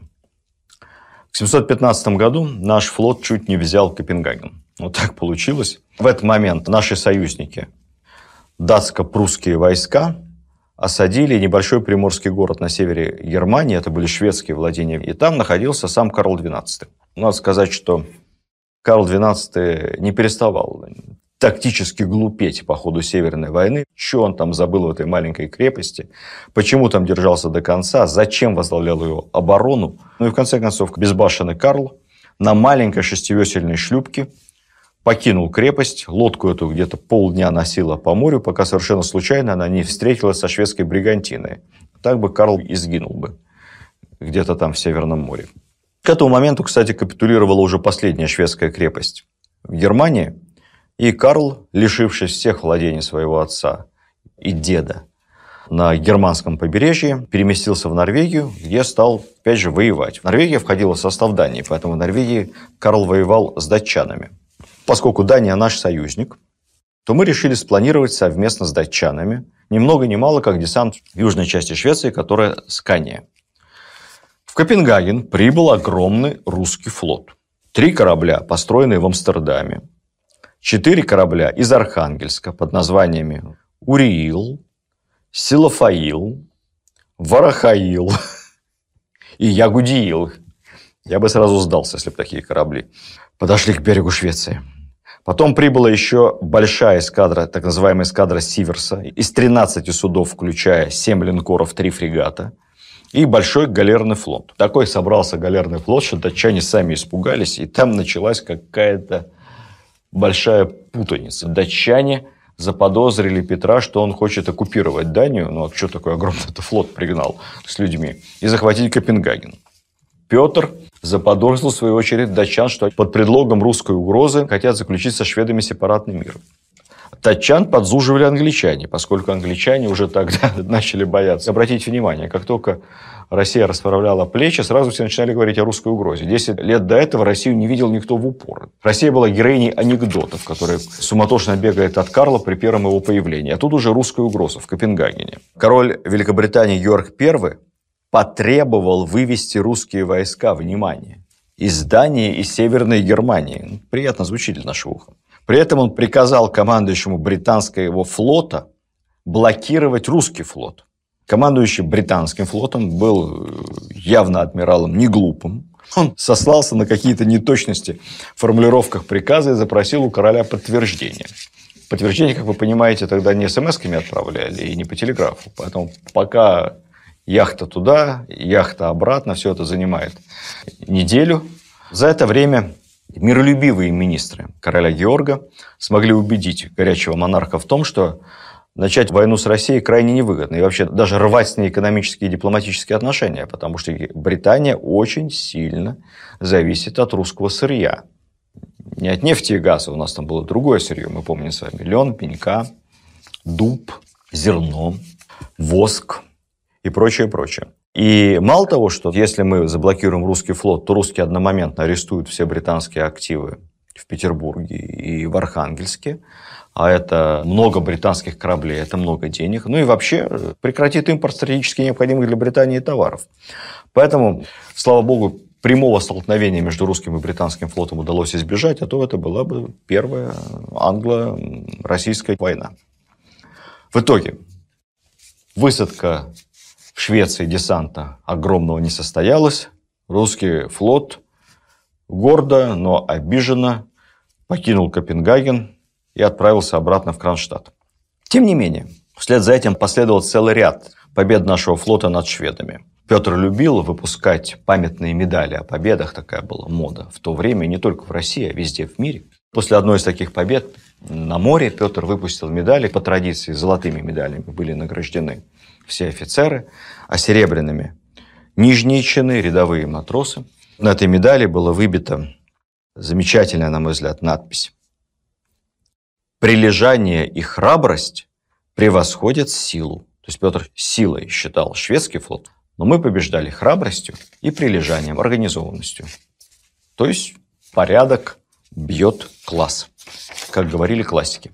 В 715 году наш флот чуть не взял Копенгаген. Вот так получилось. В этот момент наши союзники, датско-прусские войска, осадили небольшой приморский город на севере Германии. Это были шведские владения. И там находился сам Карл XII. Надо сказать, что Карл XII не переставал тактически глупеть по ходу Северной войны. Что он там забыл в этой маленькой крепости? Почему там держался до конца? Зачем возглавлял ее оборону? Ну и в конце концов, безбашенный Карл на маленькой шестивесельной шлюпке покинул крепость. Лодку эту где-то полдня носила по морю, пока совершенно случайно она не встретилась со шведской бригантиной. Так бы Карл и сгинул бы где-то там в Северном море. К этому моменту, кстати, капитулировала уже последняя шведская крепость в Германии. И Карл, лишившись всех владений своего отца и деда на германском побережье, переместился в Норвегию, где стал, опять же, воевать. Норвегия входила в состав Дании, поэтому в Норвегии Карл воевал с датчанами. Поскольку Дания наш союзник, то мы решили спланировать совместно с датчанами ни много ни мало как десант в южной части Швеции, которая Скания. В Копенгаген прибыл огромный русский флот. 3 корабля, построенные в Амстердаме. 4 корабля из Архангельска под названиями Уриил, Силафаил, Варахаил и Ягудиил. Я бы сразу сдался, если бы такие корабли подошли к берегу Швеции. Потом прибыла еще большая эскадра, так называемая эскадра Сиверса, из 13 судов, включая 7 линкоров, 3 фрегата, и большой галерный флот. Такой собрался галерный флот, что датчане сами испугались, и там началась какая-то большая путаница. Датчане заподозрили Петра, что он хочет оккупировать Данию. Ну, а что такой огромный-то флот пригнал с людьми? И захватить Копенгаген. Петр заподозрил, в свою очередь, датчан, что под предлогом русской угрозы хотят заключить со шведами сепаратный мир. Датчан подзуживали англичане, поскольку англичане уже тогда начали бояться. Обратите внимание, как только Россия расправляла плечи, сразу все начинали говорить о русской угрозе. 10 лет до этого Россию не видел никто в упор. Россия была героиней анекдотов, которая суматошно бегает от Карла при первом его появлении. А тут уже русская угроза в Копенгагене. Король Великобритании Георг I потребовал вывести русские войска, внимание, из Дании и Северной Германии. Приятно звучит для нашего уха. При этом он приказал командующему британского флота блокировать русский флот. Командующий британским флотом был явно адмиралом не глупым. Он сослался на какие-то неточности в формулировках приказа и запросил у короля подтверждение. Подтверждение, как вы понимаете, тогда не смс-ками отправляли и не по телеграфу. Поэтому пока яхта туда, яхта обратно, все это занимает неделю. За это время миролюбивые министры короля Георга смогли убедить горячего монарха в том, что начать войну с Россией крайне невыгодно. И вообще даже рвать с ней экономические и дипломатические отношения, потому что Британия очень сильно зависит от русского сырья. Не от нефти и газа, у нас там было другое сырье, мы помним с вами. Лен, пенька, дуб, зерно, воск и прочее, прочее. И мало того, что если мы заблокируем русский флот, то русские одномоментно арестуют все британские активы в Петербурге и в Архангельске, а это много британских кораблей, это много денег. Ну и вообще прекратит импорт стратегически необходимых для Британии товаров. Поэтому, слава богу, прямого столкновения между русским и британским флотом удалось избежать, а то это была бы первая англо-российская война. В итоге высадка в Швеции десанта огромного не состоялась. Русский флот гордо, но обиженно покинул Копенгаген и отправился обратно в Кронштадт. Тем не менее, вслед за этим последовал целый ряд побед нашего флота над шведами. Петр любил выпускать памятные медали о победах, такая была мода в то время, не только в России, а везде в мире. После одной из таких побед на море Петр выпустил медали. По традиции золотыми медалями были награждены все офицеры, а серебряными нижние чины, рядовые матросы. На этой медали была выбита замечательная, на мой взгляд, надпись: «Прилежание и храбрость превосходят силу». То есть Петр силой считал шведский флот, но мы побеждали храбростью и прилежанием, организованностью. То есть порядок бьет класс, как говорили классики.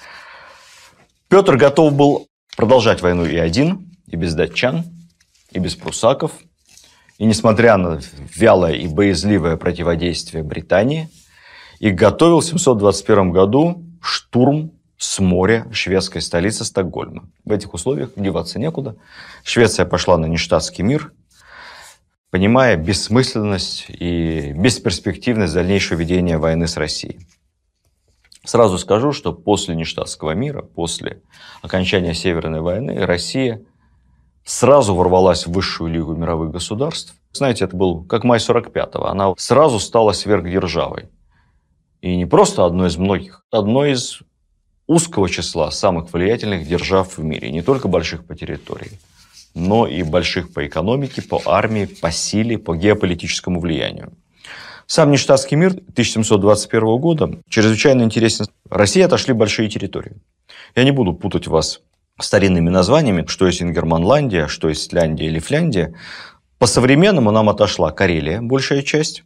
Петр готов был продолжать войну и один, и без датчан, и без прусаков. И несмотря на вялое и боязливое противодействие Британии, и готовил в 721 году штурм с моря шведской столицы Стокгольма. В этих условиях деваться некуда. Швеция пошла на нештатский мир, понимая бессмысленность и бесперспективность дальнейшего ведения войны с Россией. Сразу скажу, что после нештатского мира, после окончания Северной войны, Россия сразу ворвалась в высшую лигу мировых государств. Знаете, это был как май 45-го. Она сразу стала сверхдержавой. И не просто одной из многих, одной из узкого числа самых влиятельных держав в мире. Не только больших по территории, но и больших по экономике, по армии, по силе, по геополитическому влиянию. Сам нештатский мир 1721 года чрезвычайно интересен. России отошли большие территории. Я не буду путать вас старинными названиями, что есть Ингерманландия, что есть Исляндия или Финляндия. По-современному нам отошла Карелия, большая часть.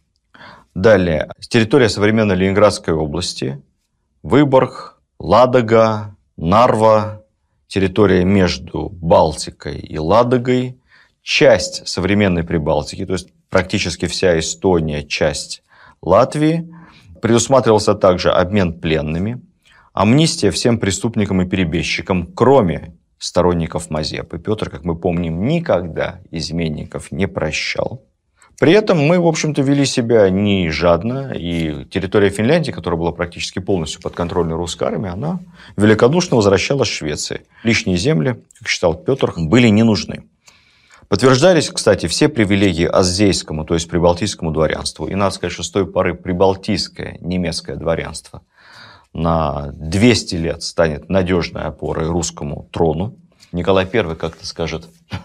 Далее, территория современной Ленинградской области, Выборг, Ладога, Нарва, территория между Балтикой и Ладогой, часть современной Прибалтики, то есть практически вся Эстония, часть Латвии. Предусматривался также обмен пленными, амнистия всем преступникам и перебежчикам, кроме сторонников Мазепы. Петр, как мы помним, никогда изменников не прощал. При этом мы, в общем-то, вели себя не жадно, и территория Финляндии, которая была практически полностью под контролем русской армии, она великодушно возвращалась Швеции. Лишние земли, как считал Петр, были не нужны. Подтверждались, кстати, все привилегии аззейскому, то есть прибалтийскому дворянству. И, надо сказать, что с той поры прибалтийское немецкое дворянство на 200 лет станет надежной опорой русскому трону. Николай I как-то скажет,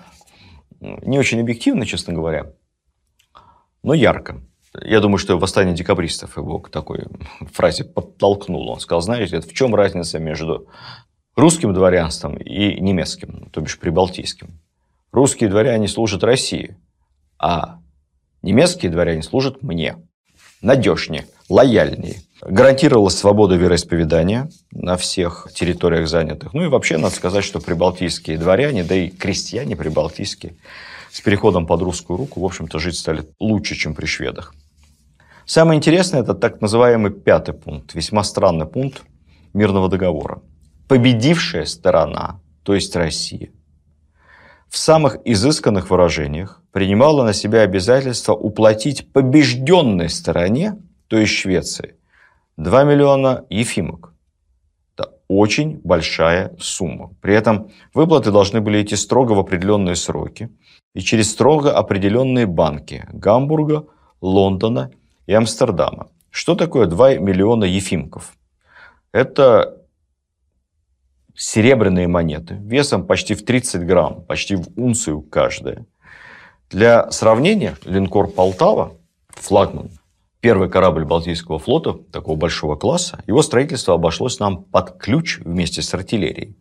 не очень объективно, честно говоря, но ярко. Я думаю, что восстание декабристов его к такой фразе подтолкнуло. Он сказал, знаете, в чем разница между русским дворянством и немецким, то бишь прибалтийским? Русские дворяне служат России, а немецкие дворяне служат мне. Надежнее, лояльнее. Гарантировалась свобода вероисповедания на всех территориях занятых. Ну и вообще, надо сказать, что прибалтийские дворяне, да и крестьяне прибалтийские, с переходом под русскую руку, в общем-то, жить стали лучше, чем при шведах. Самое интересное – это так называемый 5-й пункт, весьма странный пункт мирного договора. Победившая сторона, то есть Россия, в самых изысканных выражениях принимала на себя обязательство уплатить побежденной стороне, то есть Швеции, 2 миллиона ефимок. Это очень большая сумма. При этом выплаты должны были идти строго в определенные сроки и через строго определенные банки Гамбурга, Лондона и Амстердама. Что такое 2 миллиона ефимков? Это серебряные монеты весом почти в 30 грамм, почти в унцию каждая. Для сравнения, линкор «Полтава», флагман, первый корабль Балтийского флота, такого большого класса, его строительство обошлось нам под ключ вместе с артиллерией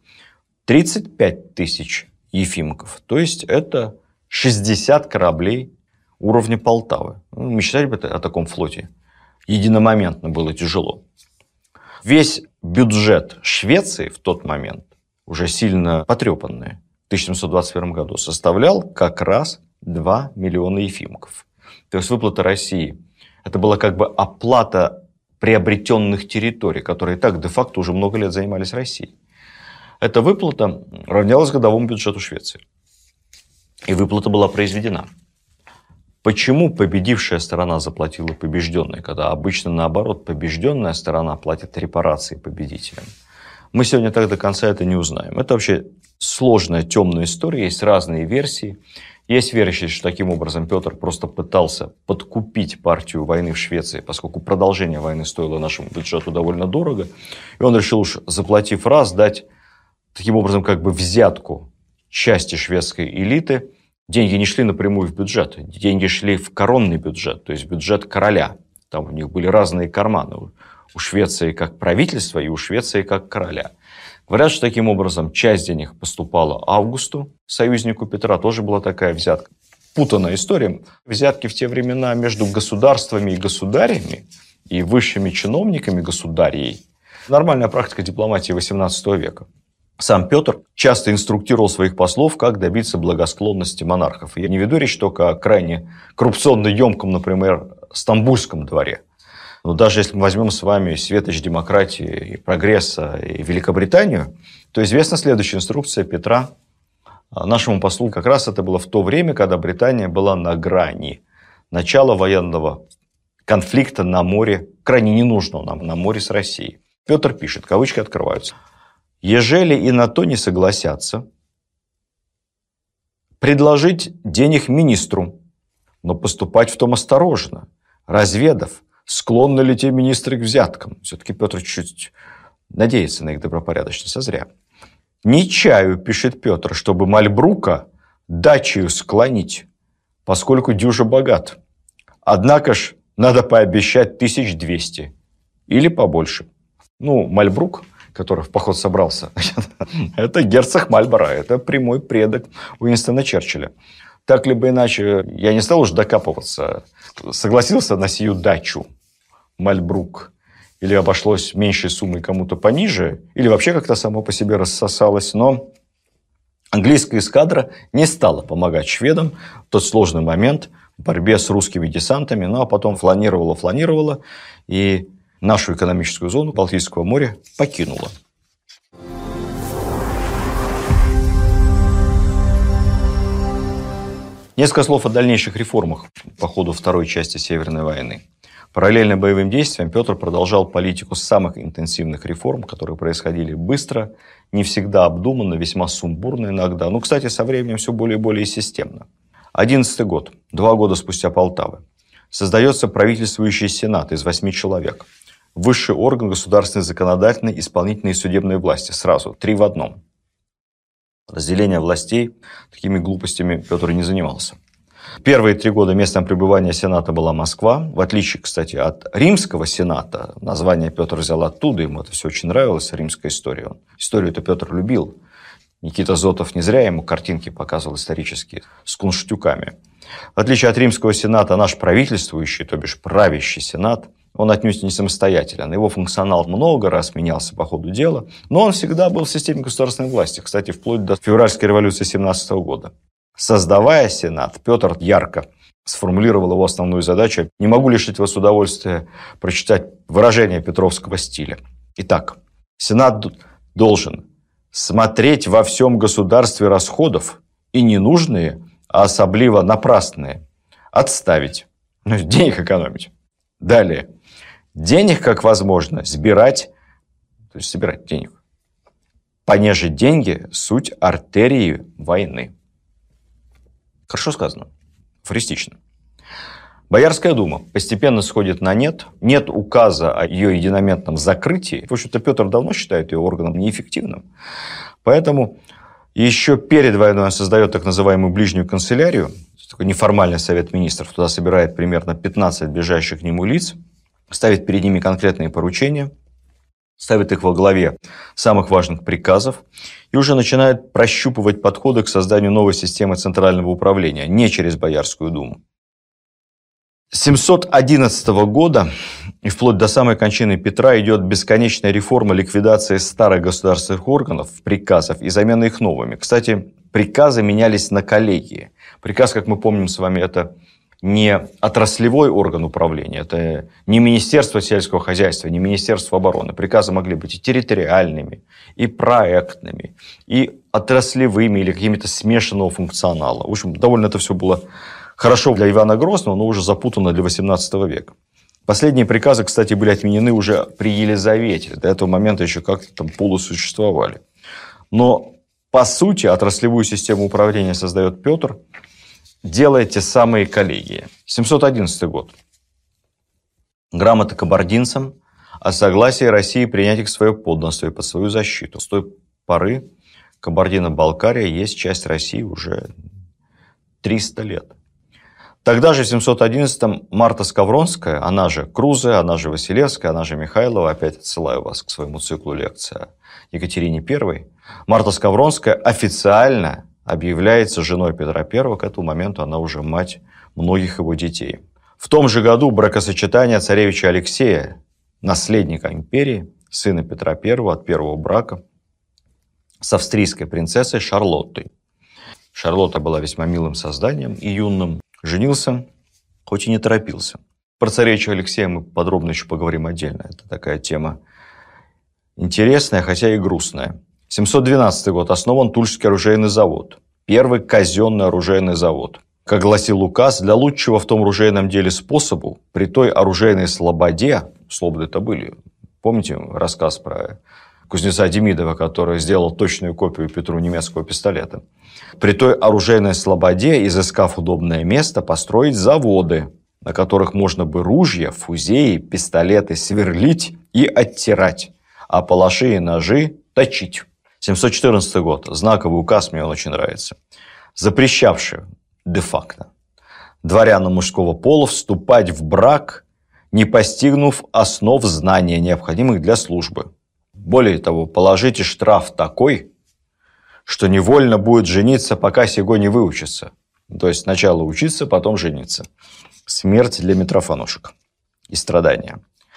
35 тысяч ефимков. То есть это 60 кораблей уровня «Полтавы». Мечтать бы о таком флоте единомоментно было тяжело. Весь бюджет Швеции в тот момент, уже сильно потрепанный, в 1721 году, составлял как раз 2 миллиона ефимков. То есть выплата России – это была как бы оплата приобретенных территорий, которые и так де-факто уже много лет занимались Россией. Эта выплата равнялась годовому бюджету Швеции. И выплата была произведена. Почему победившая сторона заплатила побежденной, когда обычно наоборот побежденная сторона платит репарации победителям? Мы сегодня так до конца это не узнаем. Это вообще сложная, темная история, есть разные версии. Есть версия, что таким образом Петр просто пытался подкупить партию войны в Швеции, поскольку продолжение войны стоило нашему бюджету довольно дорого. И он решил уж, заплатив раз, дать таким образом как бы взятку части шведской элиты. Деньги не шли напрямую в бюджет, деньги шли в коронный бюджет, то есть бюджет короля. Там у них были разные карманы. У Швеции как правительства и у Швеции как короля. Говорят, что таким образом часть денег поступала Августу, союзнику Петра, тоже была такая взятка. Путанная история. Взятки в те времена между государствами и государями и высшими чиновниками государей. Нормальная практика дипломатии XVIII века. Сам Петр часто инструктировал своих послов, как добиться благосклонности монархов. Я не веду речь только о крайне коррупционно емком, например, Стамбульском дворе. Но даже если мы возьмем с вами светоч демократии и прогресса и Великобританию, то известна следующая инструкция Петра нашему послу. Как раз это было в то время, когда Британия была на грани начала военного конфликта на море, крайне ненужного нам, на море с Россией. Петр пишет, кавычки открываются. «Ежели и на то не согласятся, предложить денег министру, но поступать в том осторожно, разведав, склонны ли те министры к взяткам». Все-таки Петр чуть надеется на их добропорядочность, а зря. «Не чаю, пишет Петр, чтобы Мальбрука дачею склонить, поскольку дюже богат. Однако ж надо пообещать 1200 или побольше». Ну, Мальбрук, который в поход собрался, это герцог Мальборо, это прямой предок Уинстона Черчилля. Так либо иначе, я не стал уже докапываться, согласился на сию дачу Мальбрук, или обошлось меньшей суммой кому-то пониже, или вообще как-то само по себе рассосалось, но английская эскадра не стала помогать шведам в тот сложный момент в борьбе с русскими десантами, ну а потом фланировала, и нашу экономическую зону Балтийского моря покинула. Несколько слов о дальнейших реформах по ходу второй части Северной войны. Параллельно боевым действиям Петр продолжал политику самых интенсивных реформ, которые происходили быстро, не всегда обдуманно, весьма сумбурно иногда. Ну, кстати, со временем все более и более системно. 11-й год, 2 года спустя Полтавы. Создается правительствующий сенат из 8 человек. Высший орган государственной, законодательной, исполнительной и судебной власти. Сразу, 3 в одном. Разделение властей такими глупостями Петр не занимался. Первые 3 года местом пребывания сената была Москва. В отличие, кстати, от римского сената, название Петр взял оттуда, ему это все очень нравилось, римская история. Историю-то Петр любил. Никита Зотов не зря ему картинки показывал исторические с кунштюками. В отличие от римского сената, наш правительствующий, то бишь правящий сенат, он отнюдь не самостоятелен. Его функционал много раз менялся по ходу дела, но он всегда был в системе государственной власти, кстати, вплоть до февральской революции 17 года. Создавая сенат, Петр ярко сформулировал его основную задачу. Не могу лишить вас удовольствия прочитать выражение петровского стиля. Итак, сенат должен смотреть во всем государстве расходов и ненужные, а особливо напрасные, отставить. Денег экономить. Далее. Денег, как возможно, сбирать, то есть собирать денег. Понеже деньги – суть артерии войны. Хорошо сказано. Афористично. Боярская дума постепенно сходит на нет. Нет указа о ее единомоментном закрытии. В общем-то, Петр давно считает ее органом неэффективным. Поэтому еще перед войной он создает так называемую ближнюю канцелярию. Такой неформальный совет министров. Туда собирает примерно 15 ближайших к нему лиц. Ставит перед ними конкретные поручения. Ставит их во главе самых важных приказов. И уже начинает прощупывать подходы к созданию новой системы центрального управления. Не через Боярскую думу. С 711 года и вплоть до самой кончины Петра идет бесконечная реформа ликвидации старых государственных органов, приказов и замены их новыми. Кстати, приказы менялись на коллегии. Приказ, как мы помним с вами, это не отраслевой орган управления, это не Министерство сельского хозяйства, не Министерство обороны. Приказы могли быть и территориальными, и проектными, и отраслевыми, или какими-то смешанного функционала. В общем, довольно это все было хорошо для Ивана Грозного, но уже запутано для XVIII века. Последние приказы, кстати, были отменены уже при Елизавете. До этого момента еще как-то там полусуществовали. Но, по сути, отраслевую систему управления создает Петр, делая те самые коллегии. 711 год. Грамота кабардинцам о согласии России принять их в свое подданство и под свою защиту. С той поры Кабардино-Балкария есть часть России уже 300 лет. Тогда же в 711-м Марта Скавронская, она же Крузе, она же Василевская, она же Михайлова, опять отсылаю вас к своему циклу лекций о Екатерине I, Марта Скавронская официально объявляется женой Петра I, к этому моменту она уже мать многих его детей. В том же году бракосочетание царевича Алексея, наследника империи, сына Петра I от первого брака, с австрийской принцессой Шарлоттой. Шарлотта была весьма милым созданием и юным. Женился, хоть и не торопился. Про царевича Алексея мы подробно еще поговорим отдельно. Это такая тема интересная, хотя и грустная. 712 год. Основан Тульский оружейный завод. Первый казенный оружейный завод. Как гласил указ, для лучшего в том оружейном деле способу, при той оружейной слободе, слободы-то были, помните рассказ про кузнеца Демидова, который сделал точную копию Петру немецкого пистолета. При той оружейной слободе, изыскав удобное место, построить заводы, на которых можно бы ружья, фузеи, пистолеты сверлить и оттирать, а палаши и ножи точить. 714 год. Знаковый указ, мне он очень нравится. Запрещавший де-факто дворянам мужского пола вступать в брак, не постигнув основ знания, необходимых для службы. Более того, положите штраф такой, что невольно будет жениться, пока сего не выучится. То есть сначала учиться, потом жениться. Смерть для митрофанушек и страдания.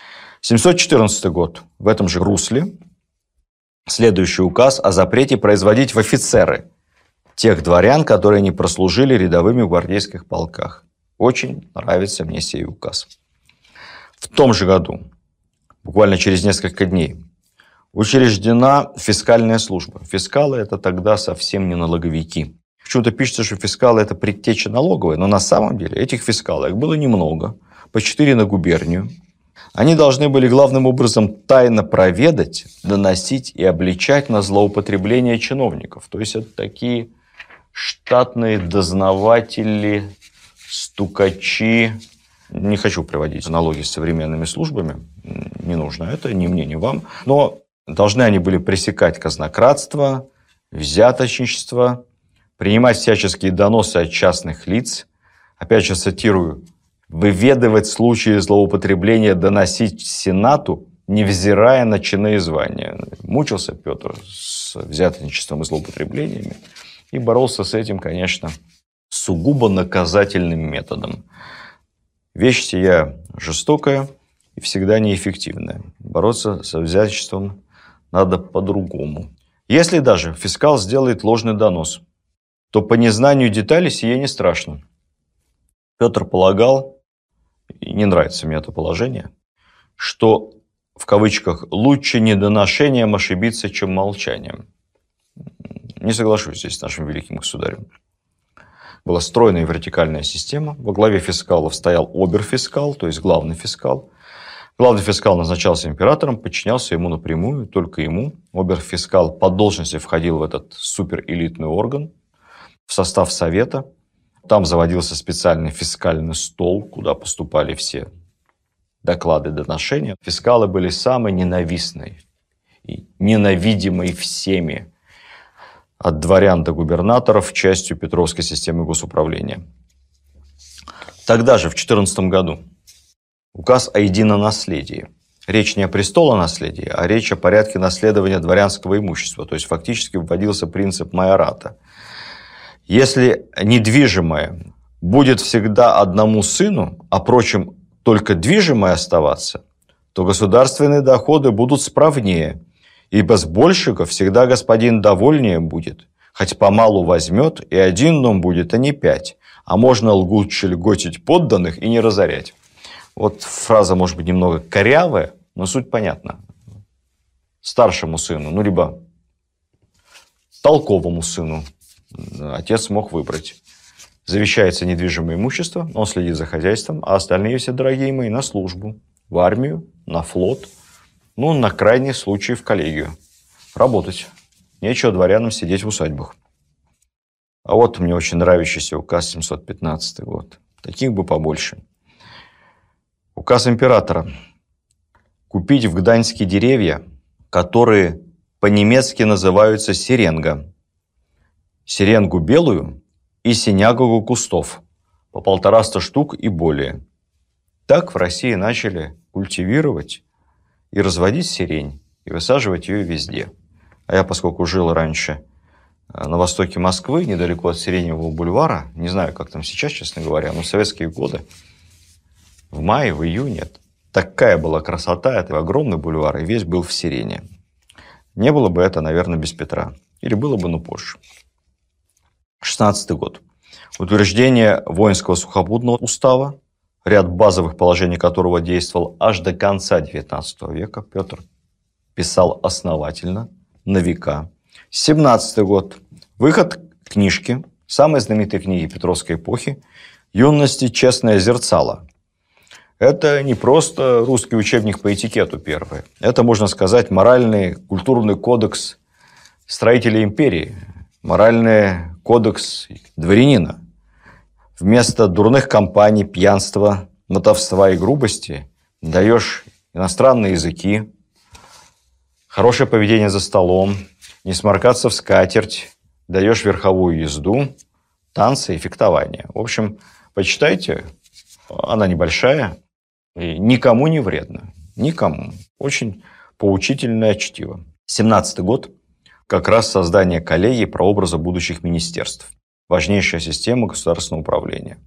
714 год. В этом же русле следующий указ о запрете производить в офицеры тех дворян, которые не прослужили рядовыми в гвардейских полках. Очень нравится мне сей указ. В том же году, буквально через несколько дней, учреждена фискальная служба. Фискалы – это тогда совсем не налоговики. Почему-то пишется, что фискалы – это предтеча налоговой, но на самом деле этих фискалов было немного, по 4 на губернию. Они должны были главным образом тайно проведать, доносить и обличать на злоупотребление чиновников. То есть это такие штатные дознаватели, стукачи. Не хочу приводить аналогии с современными службами, не нужно это, ни мне, ни вам. Но должны они были пресекать казнократство, взяточничество, принимать всяческие доносы от частных лиц. Опять же цитирую. «Выведывать случаи злоупотребления, доносить Сенату, невзирая на чины и звания». Мучился Петр с взяточничеством и злоупотреблениями и боролся с этим, конечно, сугубо наказательным методом. Вещь сия жестокая и всегда неэффективная. Бороться со взяточеством надо по-другому. Если даже фискал сделает ложный донос, то по незнанию деталей сие не страшно. Петр полагал, и не нравится мне это положение, что, в кавычках, лучше недоношением ошибиться, чем молчанием. Не соглашусь здесь с нашим великим государем. Была стройная вертикальная система. Во главе фискалов стоял оберфискал, то есть главный фискал. Главный фискал назначался императором, подчинялся ему напрямую, только ему. Оберфискал по должности входил в этот суперэлитный орган, в состав совета. Там заводился специальный фискальный стол, куда поступали все доклады, доношения. Фискалы были самые ненавистные и ненавидимые всеми, от дворян до губернаторов, частью Петровской системы госуправления. Тогда же, в 14 году, указ о единонаследии. Речь не о престолонаследии, а речь о порядке наследования дворянского имущества. То есть фактически вводился принцип майората. Если недвижимое будет всегда одному сыну, а прочим только движимое оставаться, то государственные доходы будут справнее, ибо с большего всегда господин довольнее будет, хоть помалу возьмет, и один дом будет, а не 5, а можно лгуче льготить подданных и не разорять. Вот фраза может быть немного корявая, но суть понятна. Старшему сыну, либо толковому сыну отец мог выбрать. Завещается недвижимое имущество, он следит за хозяйством, а остальные все, дорогие мои, на службу, в армию, на флот, на крайний случай в коллегию. Работать. Нечего дворянам сидеть в усадьбах. А вот мне очень нравящийся указ 715 год. Таких бы побольше. Указ императора. Купить в Гданьске деревья, которые по-немецки называются сиренга. Сиренгу белую и синягу кустов. По 150 штук и более. Так в России начали культивировать и разводить сирень, и высаживать ее везде. А я, поскольку жил раньше на востоке Москвы, недалеко от Сиреневого бульвара, не знаю, как там сейчас, честно говоря, но в советские годы, в мае, в июне, такая была красота, это огромный бульвар, и весь был в сирене. Не было бы это, наверное, без Петра. Или было бы, позже. 16 год. Утверждение воинского сухопутного устава, ряд базовых положений которого действовал аж до конца XIX века. Петр писал основательно, на века. 17 год. Выход книжки, самой знаменитой книги Петровской эпохи «Юности честное зерцало». Это не просто русский учебник по этикету первый. Это, можно сказать, моральный, культурный кодекс строителей империи. Моральный кодекс дворянина. Вместо дурных компаний, пьянства, мотовства и грубости даешь иностранные языки, хорошее поведение за столом, не сморкаться в скатерть, даешь верховую езду, танцы и фехтование. В общем, почитайте, она небольшая и никому не вредна. Никому. Очень поучительное чтиво. 17 год. Как раз создание коллегии прообраза будущих министерств. Важнейшая система государственного управления.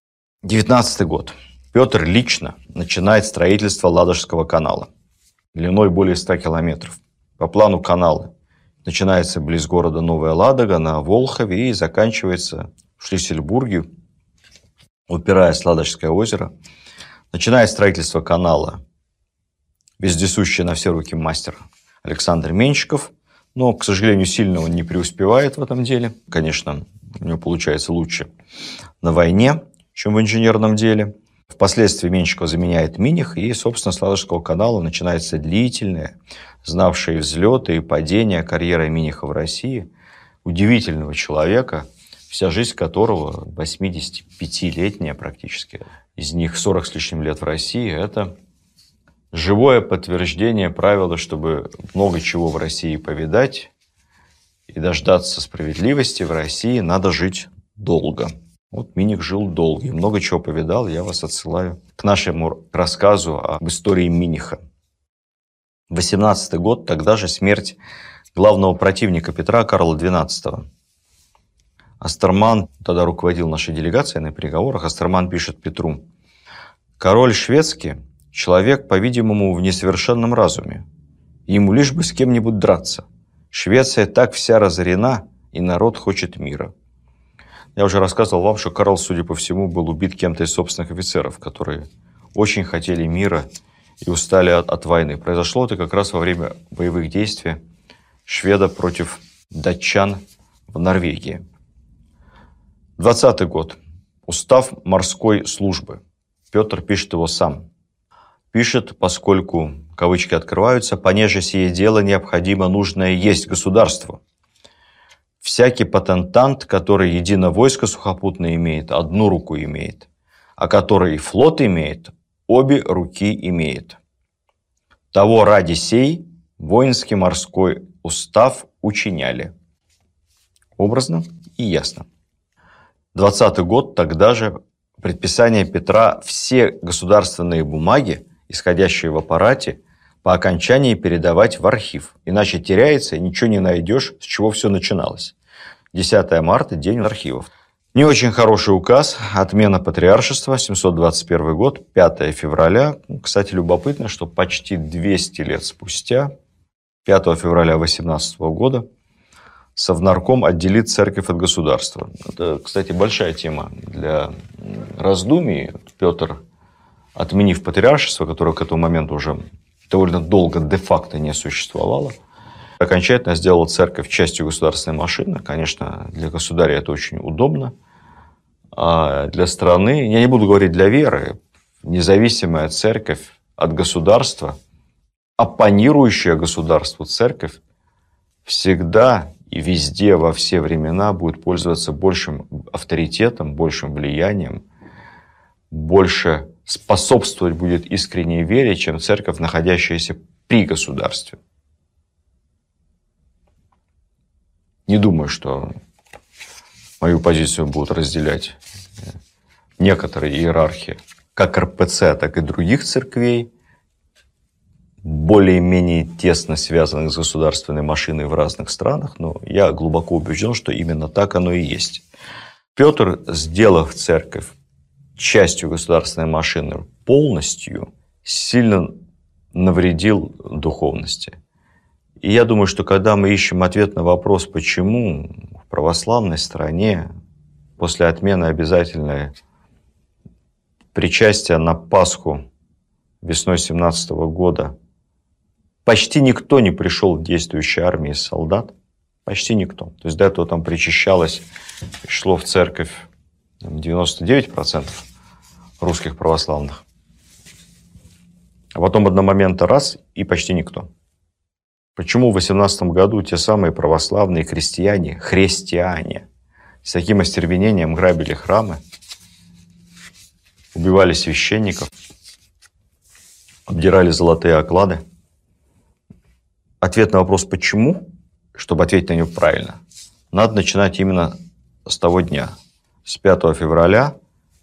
19 год. Петр лично начинает строительство Ладожского канала. Длиной более 100 километров. По плану канала начинается близ города Новая Ладога на Волхове и заканчивается в Шлиссельбурге, упираясь в Ладожское озеро. Начинает строительство канала вездесущий на все руки мастер Александр Меньшиков. Но, к сожалению, сильно он не преуспевает в этом деле. Конечно, у него получается лучше на войне, чем в инженерном деле. Впоследствии Меньшиков заменяет Миних, и, собственно, с Ладожского канала начинается длительная, знавшая взлеты и падения карьера Миниха в России. Удивительного человека, вся жизнь которого 85-летняя практически. Из них 40 с лишним лет в России. Это живое подтверждение правила, чтобы много чего в России повидать и дождаться справедливости в России, надо жить долго. Вот Миних жил долго и много чего повидал. Я вас отсылаю к нашему рассказу об истории Миниха. 18 год, тогда же смерть главного противника Петра Карла XII. Астерман тогда руководил нашей делегацией на переговорах. Астерман пишет Петру: «Король шведский – человек, по-видимому, в несовершенном разуме. Ему лишь бы с кем-нибудь драться. Швеция так вся разорена, и народ хочет мира». Я уже рассказывал вам, что Карл, судя по всему, был убит кем-то из собственных офицеров, которые очень хотели мира и устали от войны. Произошло это как раз во время боевых действий шведа против датчан в Норвегии. 20-й год. Устав морской службы. Петр пишет его сам. Пишет, поскольку, кавычки открываются, «понеже сие дело необходимо нужное есть государству. Всякий патентант, который едино войско сухопутное имеет, одну руку имеет, а который флот имеет, обе руки имеет. Того ради сей воинский морской устав учиняли». Образно и ясно. 20-й год, тогда же предписание Петра все государственные бумаги, исходящие в аппарате, по окончании передавать в архив. Иначе теряется, и ничего не найдешь, с чего все начиналось. 10 марта – день архивов. Не очень хороший указ, отмена патриаршества, 721 год, 5 февраля. Кстати, любопытно, что почти 200 лет спустя, 5 февраля 18 года, Совнарком отделит церковь от государства. Это, кстати, большая тема для раздумий. Петр, отменив патриаршество, которое к этому моменту уже довольно долго де-факто не существовало, окончательно сделал церковь частью государственной машины. Конечно, для государя это очень удобно. А для страны, я не буду говорить для веры, независимая церковь от государства, оппонирующая государству церковь всегда и везде, во все времена будет пользоваться большим авторитетом, большим влиянием, больше способствовать будет искренней вере, чем церковь, находящаяся при государстве. Не думаю, что мою позицию будут разделять некоторые иерархи, как РПЦ, так и других церквей, более-менее тесно связанных с государственной машиной в разных странах, но я глубоко убежден, что именно так оно и есть. Петр, сделав церковь частью государственной машины полностью, сильно навредил духовности. И я думаю, что когда мы ищем ответ на вопрос, почему в православной стране после отмены обязательной причастия на Пасху весной 17 года почти никто не пришел в действующей армии солдат, почти никто. То есть до этого там причащалось, шло в церковь 99% русских православных. А потом одномоментно раз и почти никто. Почему в 18 году те самые православные христиане с таким остервенением грабили храмы, убивали священников, обдирали золотые оклады? Ответ на вопрос «почему?», чтобы ответить на него правильно, надо начинать именно с того дня, с 5 февраля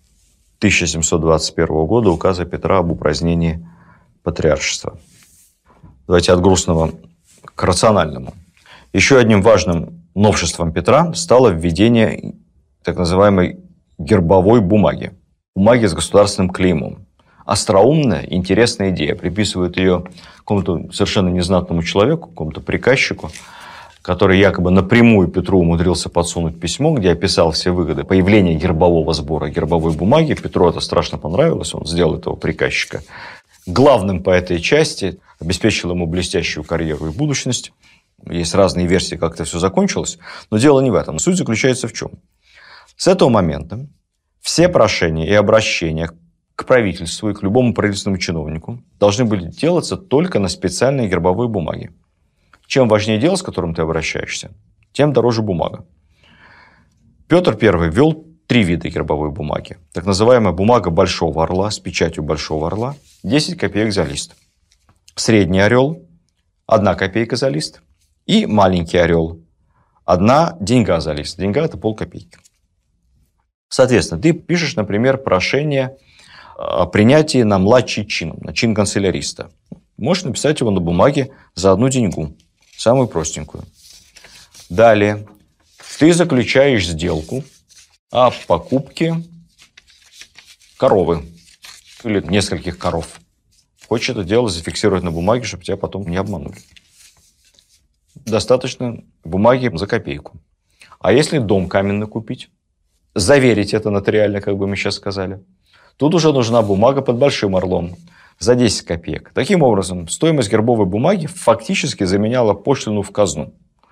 1721 года, указа Петра об упразднении патриаршества. Давайте от грустного к рациональному. Еще одним важным новшеством Петра стало введение так называемой гербовой бумаги. Бумаги с государственным клеймом. Остроумная, интересная идея. Приписывают ее какому-то совершенно незнатному человеку, какому-то приказчику, который якобы напрямую Петру умудрился подсунуть письмо, где описал все выгоды появления гербового сбора, гербовой бумаги. Петру это страшно понравилось, он сделал этого приказчика главным по этой части, обеспечил ему блестящую карьеру и будущность. Есть разные версии, как это все закончилось, но дело не в этом. Суть заключается в чем? С этого момента все прошения и обращения к правительству и к любому правительственному чиновнику должны были делаться только на специальной гербовой бумаге. Чем важнее дело, с которым ты обращаешься, тем дороже бумага. Петр I ввел 3 вида гербовой бумаги. Так называемая бумага Большого Орла с печатью Большого Орла, 10 копеек за лист. Средний орел, 1 копейка за лист. И маленький орел, 1 деньга за лист. Деньга – это полкопейки. Соответственно, ты пишешь, например, прошение о принятии на младший чин, на чин канцеляриста. Можешь написать его на бумаге за 1 деньгу, самую простенькую. Далее, ты заключаешь сделку о покупке коровы или нескольких коров. Хочешь это дело зафиксировать на бумаге, чтобы тебя потом не обманули. Достаточно бумаги за копейку. А если дом каменный купить, заверить это нотариально, как бы мы сейчас сказали, тут уже нужна бумага под Большим Орлом за 10 копеек. Таким образом, стоимость гербовой бумаги фактически заменяла пошлину в казну.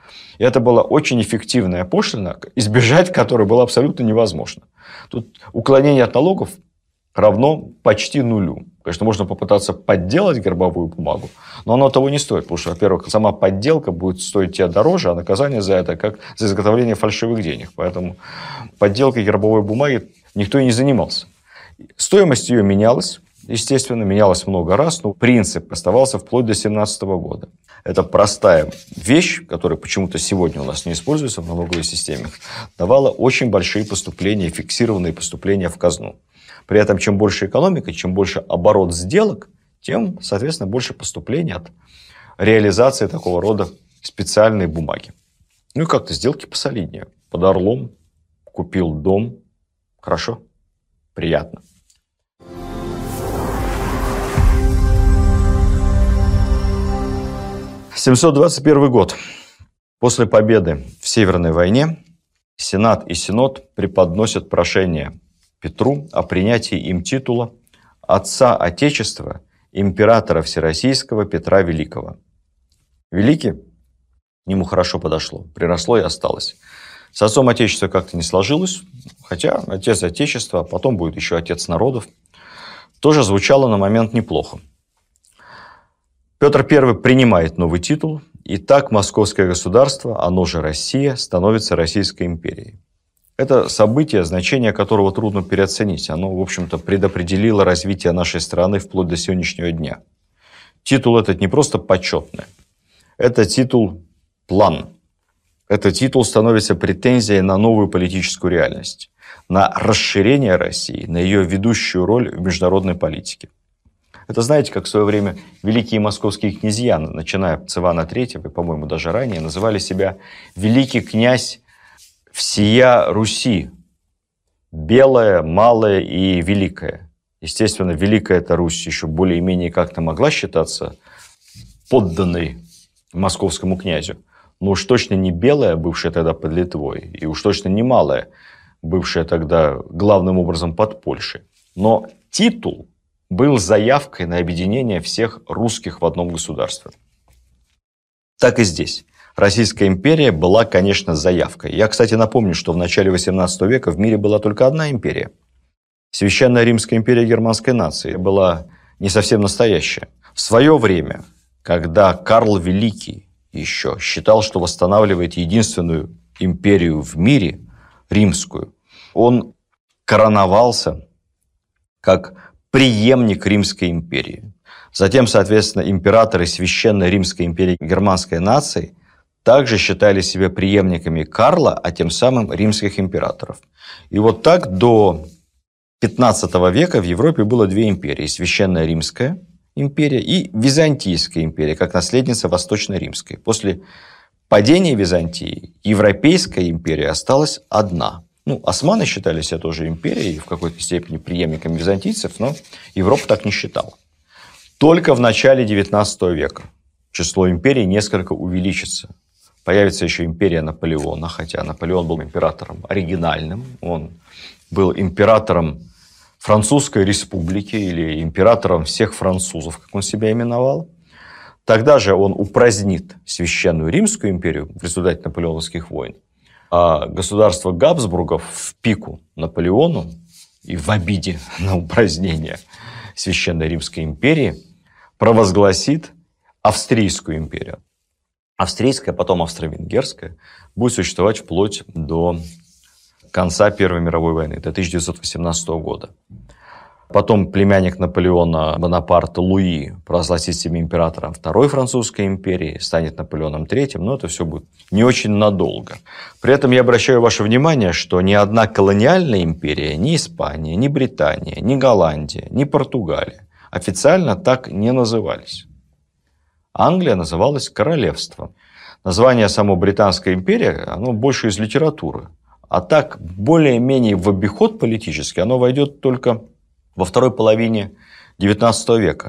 И это была очень эффективная пошлина, избежать которой было абсолютно невозможно. Тут уклонение от налогов равно почти нулю. Конечно, можно попытаться подделать гербовую бумагу, но оно того не стоит, потому что, во-первых, сама подделка будет стоить тебе дороже, а наказание за это как за изготовление фальшивых денег. Поэтому подделкой гербовой бумаги никто и не занимался. Стоимость ее менялась, естественно, менялась много раз, но принцип оставался вплоть до 2017 года. Это простая вещь, которая почему-то сегодня у нас не используется в налоговой системе, давала очень большие поступления, фиксированные поступления в казну. При этом, чем больше экономика, чем больше оборот сделок, тем, соответственно, больше поступлений от реализации такого рода специальной бумаги. Ну и как-то сделки посолиднее. Под Орлом купил дом. Хорошо, приятно. — 721 год. После победы в Северной войне Сенат и Синод преподносят прошение Петру о принятии им титула «Отца Отечества, императора Всероссийского Петра Великого». Великий ему хорошо подошло, приросло и осталось. С отцом Отечества как-то не сложилось, хотя отец Отечества, а потом будет еще отец народов, тоже звучало на момент неплохо. Петр I принимает новый титул, и так Московское государство, оно же Россия, становится Российской империей. Это событие, значение которого трудно переоценить. Оно, в общем-то, предопределило развитие нашей страны вплоть до сегодняшнего дня. Титул этот не просто почетный, это титул-план. Этот титул становится претензией на новую политическую реальность, на расширение России, на ее ведущую роль в международной политике. Это, знаете, как в свое время великие московские князья, начиная с Ивана III и, по-моему, даже ранее, называли себя «великий князь всея Руси», белая, малая и великая. Естественно, великая эта Русь еще более-менее как-то могла считаться подданной московскому князю, но уж точно не белая, бывшая тогда под Литвой, и уж точно не малая, бывшая тогда главным образом под Польшей. Но титул был заявкой на объединение всех русских в одном государстве. Так и здесь. Российская империя была, конечно, заявкой. Я, кстати, напомню, что в начале XVIII века в мире была только одна империя. Священная Римская империя германской нации была не совсем настоящая. В свое время, когда Карл Великий еще считал, что восстанавливает единственную империю в мире, римскую, он короновался как преемник Римской империи. Затем, соответственно, императоры Священной Римской империи германской нации также считали себя преемниками Карла, а тем самым римских императоров. И вот так до 15 века в Европе было две империи. Священная Римская империя и Византийская империя, как наследница Восточно-Римской. После падения Византии Европейская империя осталась одна. Османы считали себя тоже империей, в какой-то степени преемниками византийцев, но Европа так не считала. Только в начале 19 века число империй несколько увеличится. Появится еще империя Наполеона, хотя Наполеон был императором оригинальным. Он был императором Французской республики или императором всех французов, как он себя именовал. Тогда же он упразднит Священную Римскую империю в результате наполеоновских войн. А государство Габсбургов в пику Наполеону и в обиде на упразднение Священной Римской империи провозгласит Австрийскую империю. Австрийская, потом Австро-Венгерская будет существовать вплоть до конца Первой мировой войны, до 1918 года. Потом племянник Наполеона Бонапарта Луи провозгласит себя императором Второй Французской империи, станет Наполеоном III, но это все будет не очень надолго. При этом я обращаю ваше внимание, что ни одна колониальная империя, ни Испания, ни Британия, ни Голландия, ни Португалия официально так не назывались. Англия называлась королевством. Название само Британская империя, оно больше из литературы. А так, более-менее в обиход политический, оно войдет только во второй половине XIX века.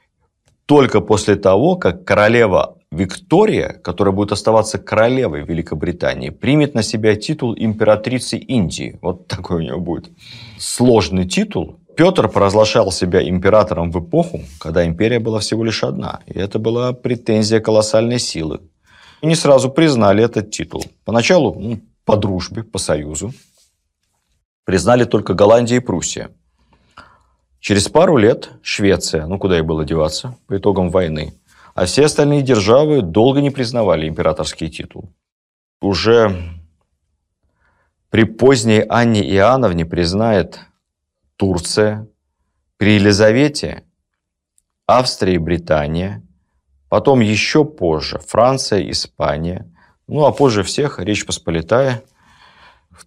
Только после того, как королева Виктория, которая будет оставаться королевой Великобритании, примет на себя титул императрицы Индии. Вот такой у нее будет сложный титул. Петр провозглашал себя императором в эпоху, когда империя была всего лишь одна. И это была претензия колоссальной силы. не сразу признали этот титул. Поначалу по дружбе, по союзу. Признали только Голландия и Пруссия. Через пару лет Швеция, куда ей было деваться, по итогам войны. А все остальные державы долго не признавали императорский титул. Уже при поздней Анне Иоанновне признает Турция, при Елизавете Австрия и Британия, потом еще позже Франция, Испания, а позже всех Речь Посполитая в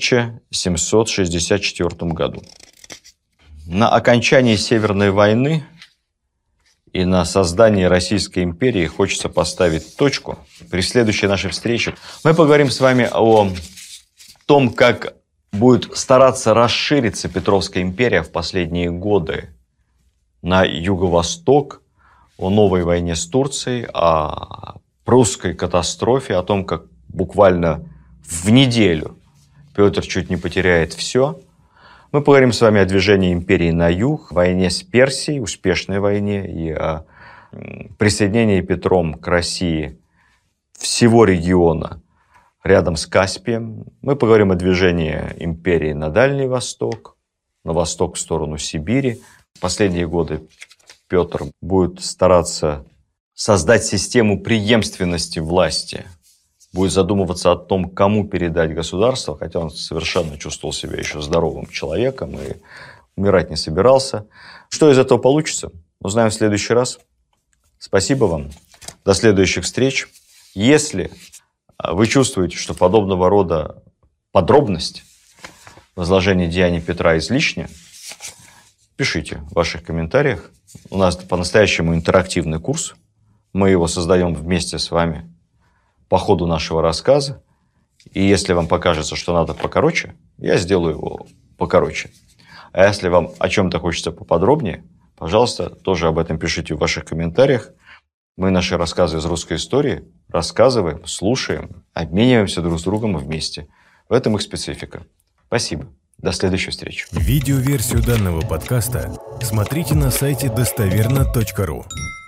1764 году. На окончании Северной войны и на создании Российской империи хочется поставить точку. При следующей нашей встрече мы поговорим с вами о том, как будет стараться расшириться Петровская империя в последние годы на юго-восток, о новой войне с Турцией, о прусской катастрофе, о том, как буквально в неделю Петр чуть не потеряет все. Мы поговорим с вами о движении империи на юг, войне с Персией, успешной войне, и о присоединении Петром к России всего региона рядом с Каспием. Мы поговорим о движении империи на Дальний Восток, на восток в сторону Сибири. В последние годы Петр будет стараться создать систему преемственности власти, будет задумываться о том, кому передать государство, хотя он совершенно чувствовал себя еще здоровым человеком и умирать не собирался. Что из этого получится, узнаем в следующий раз. Спасибо вам. До следующих встреч. Если вы чувствуете, что подобного рода подробность в изложении деяний Петра излишня, пишите в ваших комментариях. У нас по-настоящему интерактивный курс. Мы его создаем вместе с вами по ходу нашего рассказа. И если вам покажется, что надо покороче, я сделаю его покороче. А если вам о чем-то хочется поподробнее, пожалуйста, тоже об этом пишите в ваших комментариях. Мы наши рассказы из русской истории рассказываем, слушаем, обмениваемся друг с другом вместе. В этом их специфика. Спасибо. До следующей встречи. Видеоверсию данного подкаста смотрите на сайте достоверно.ру.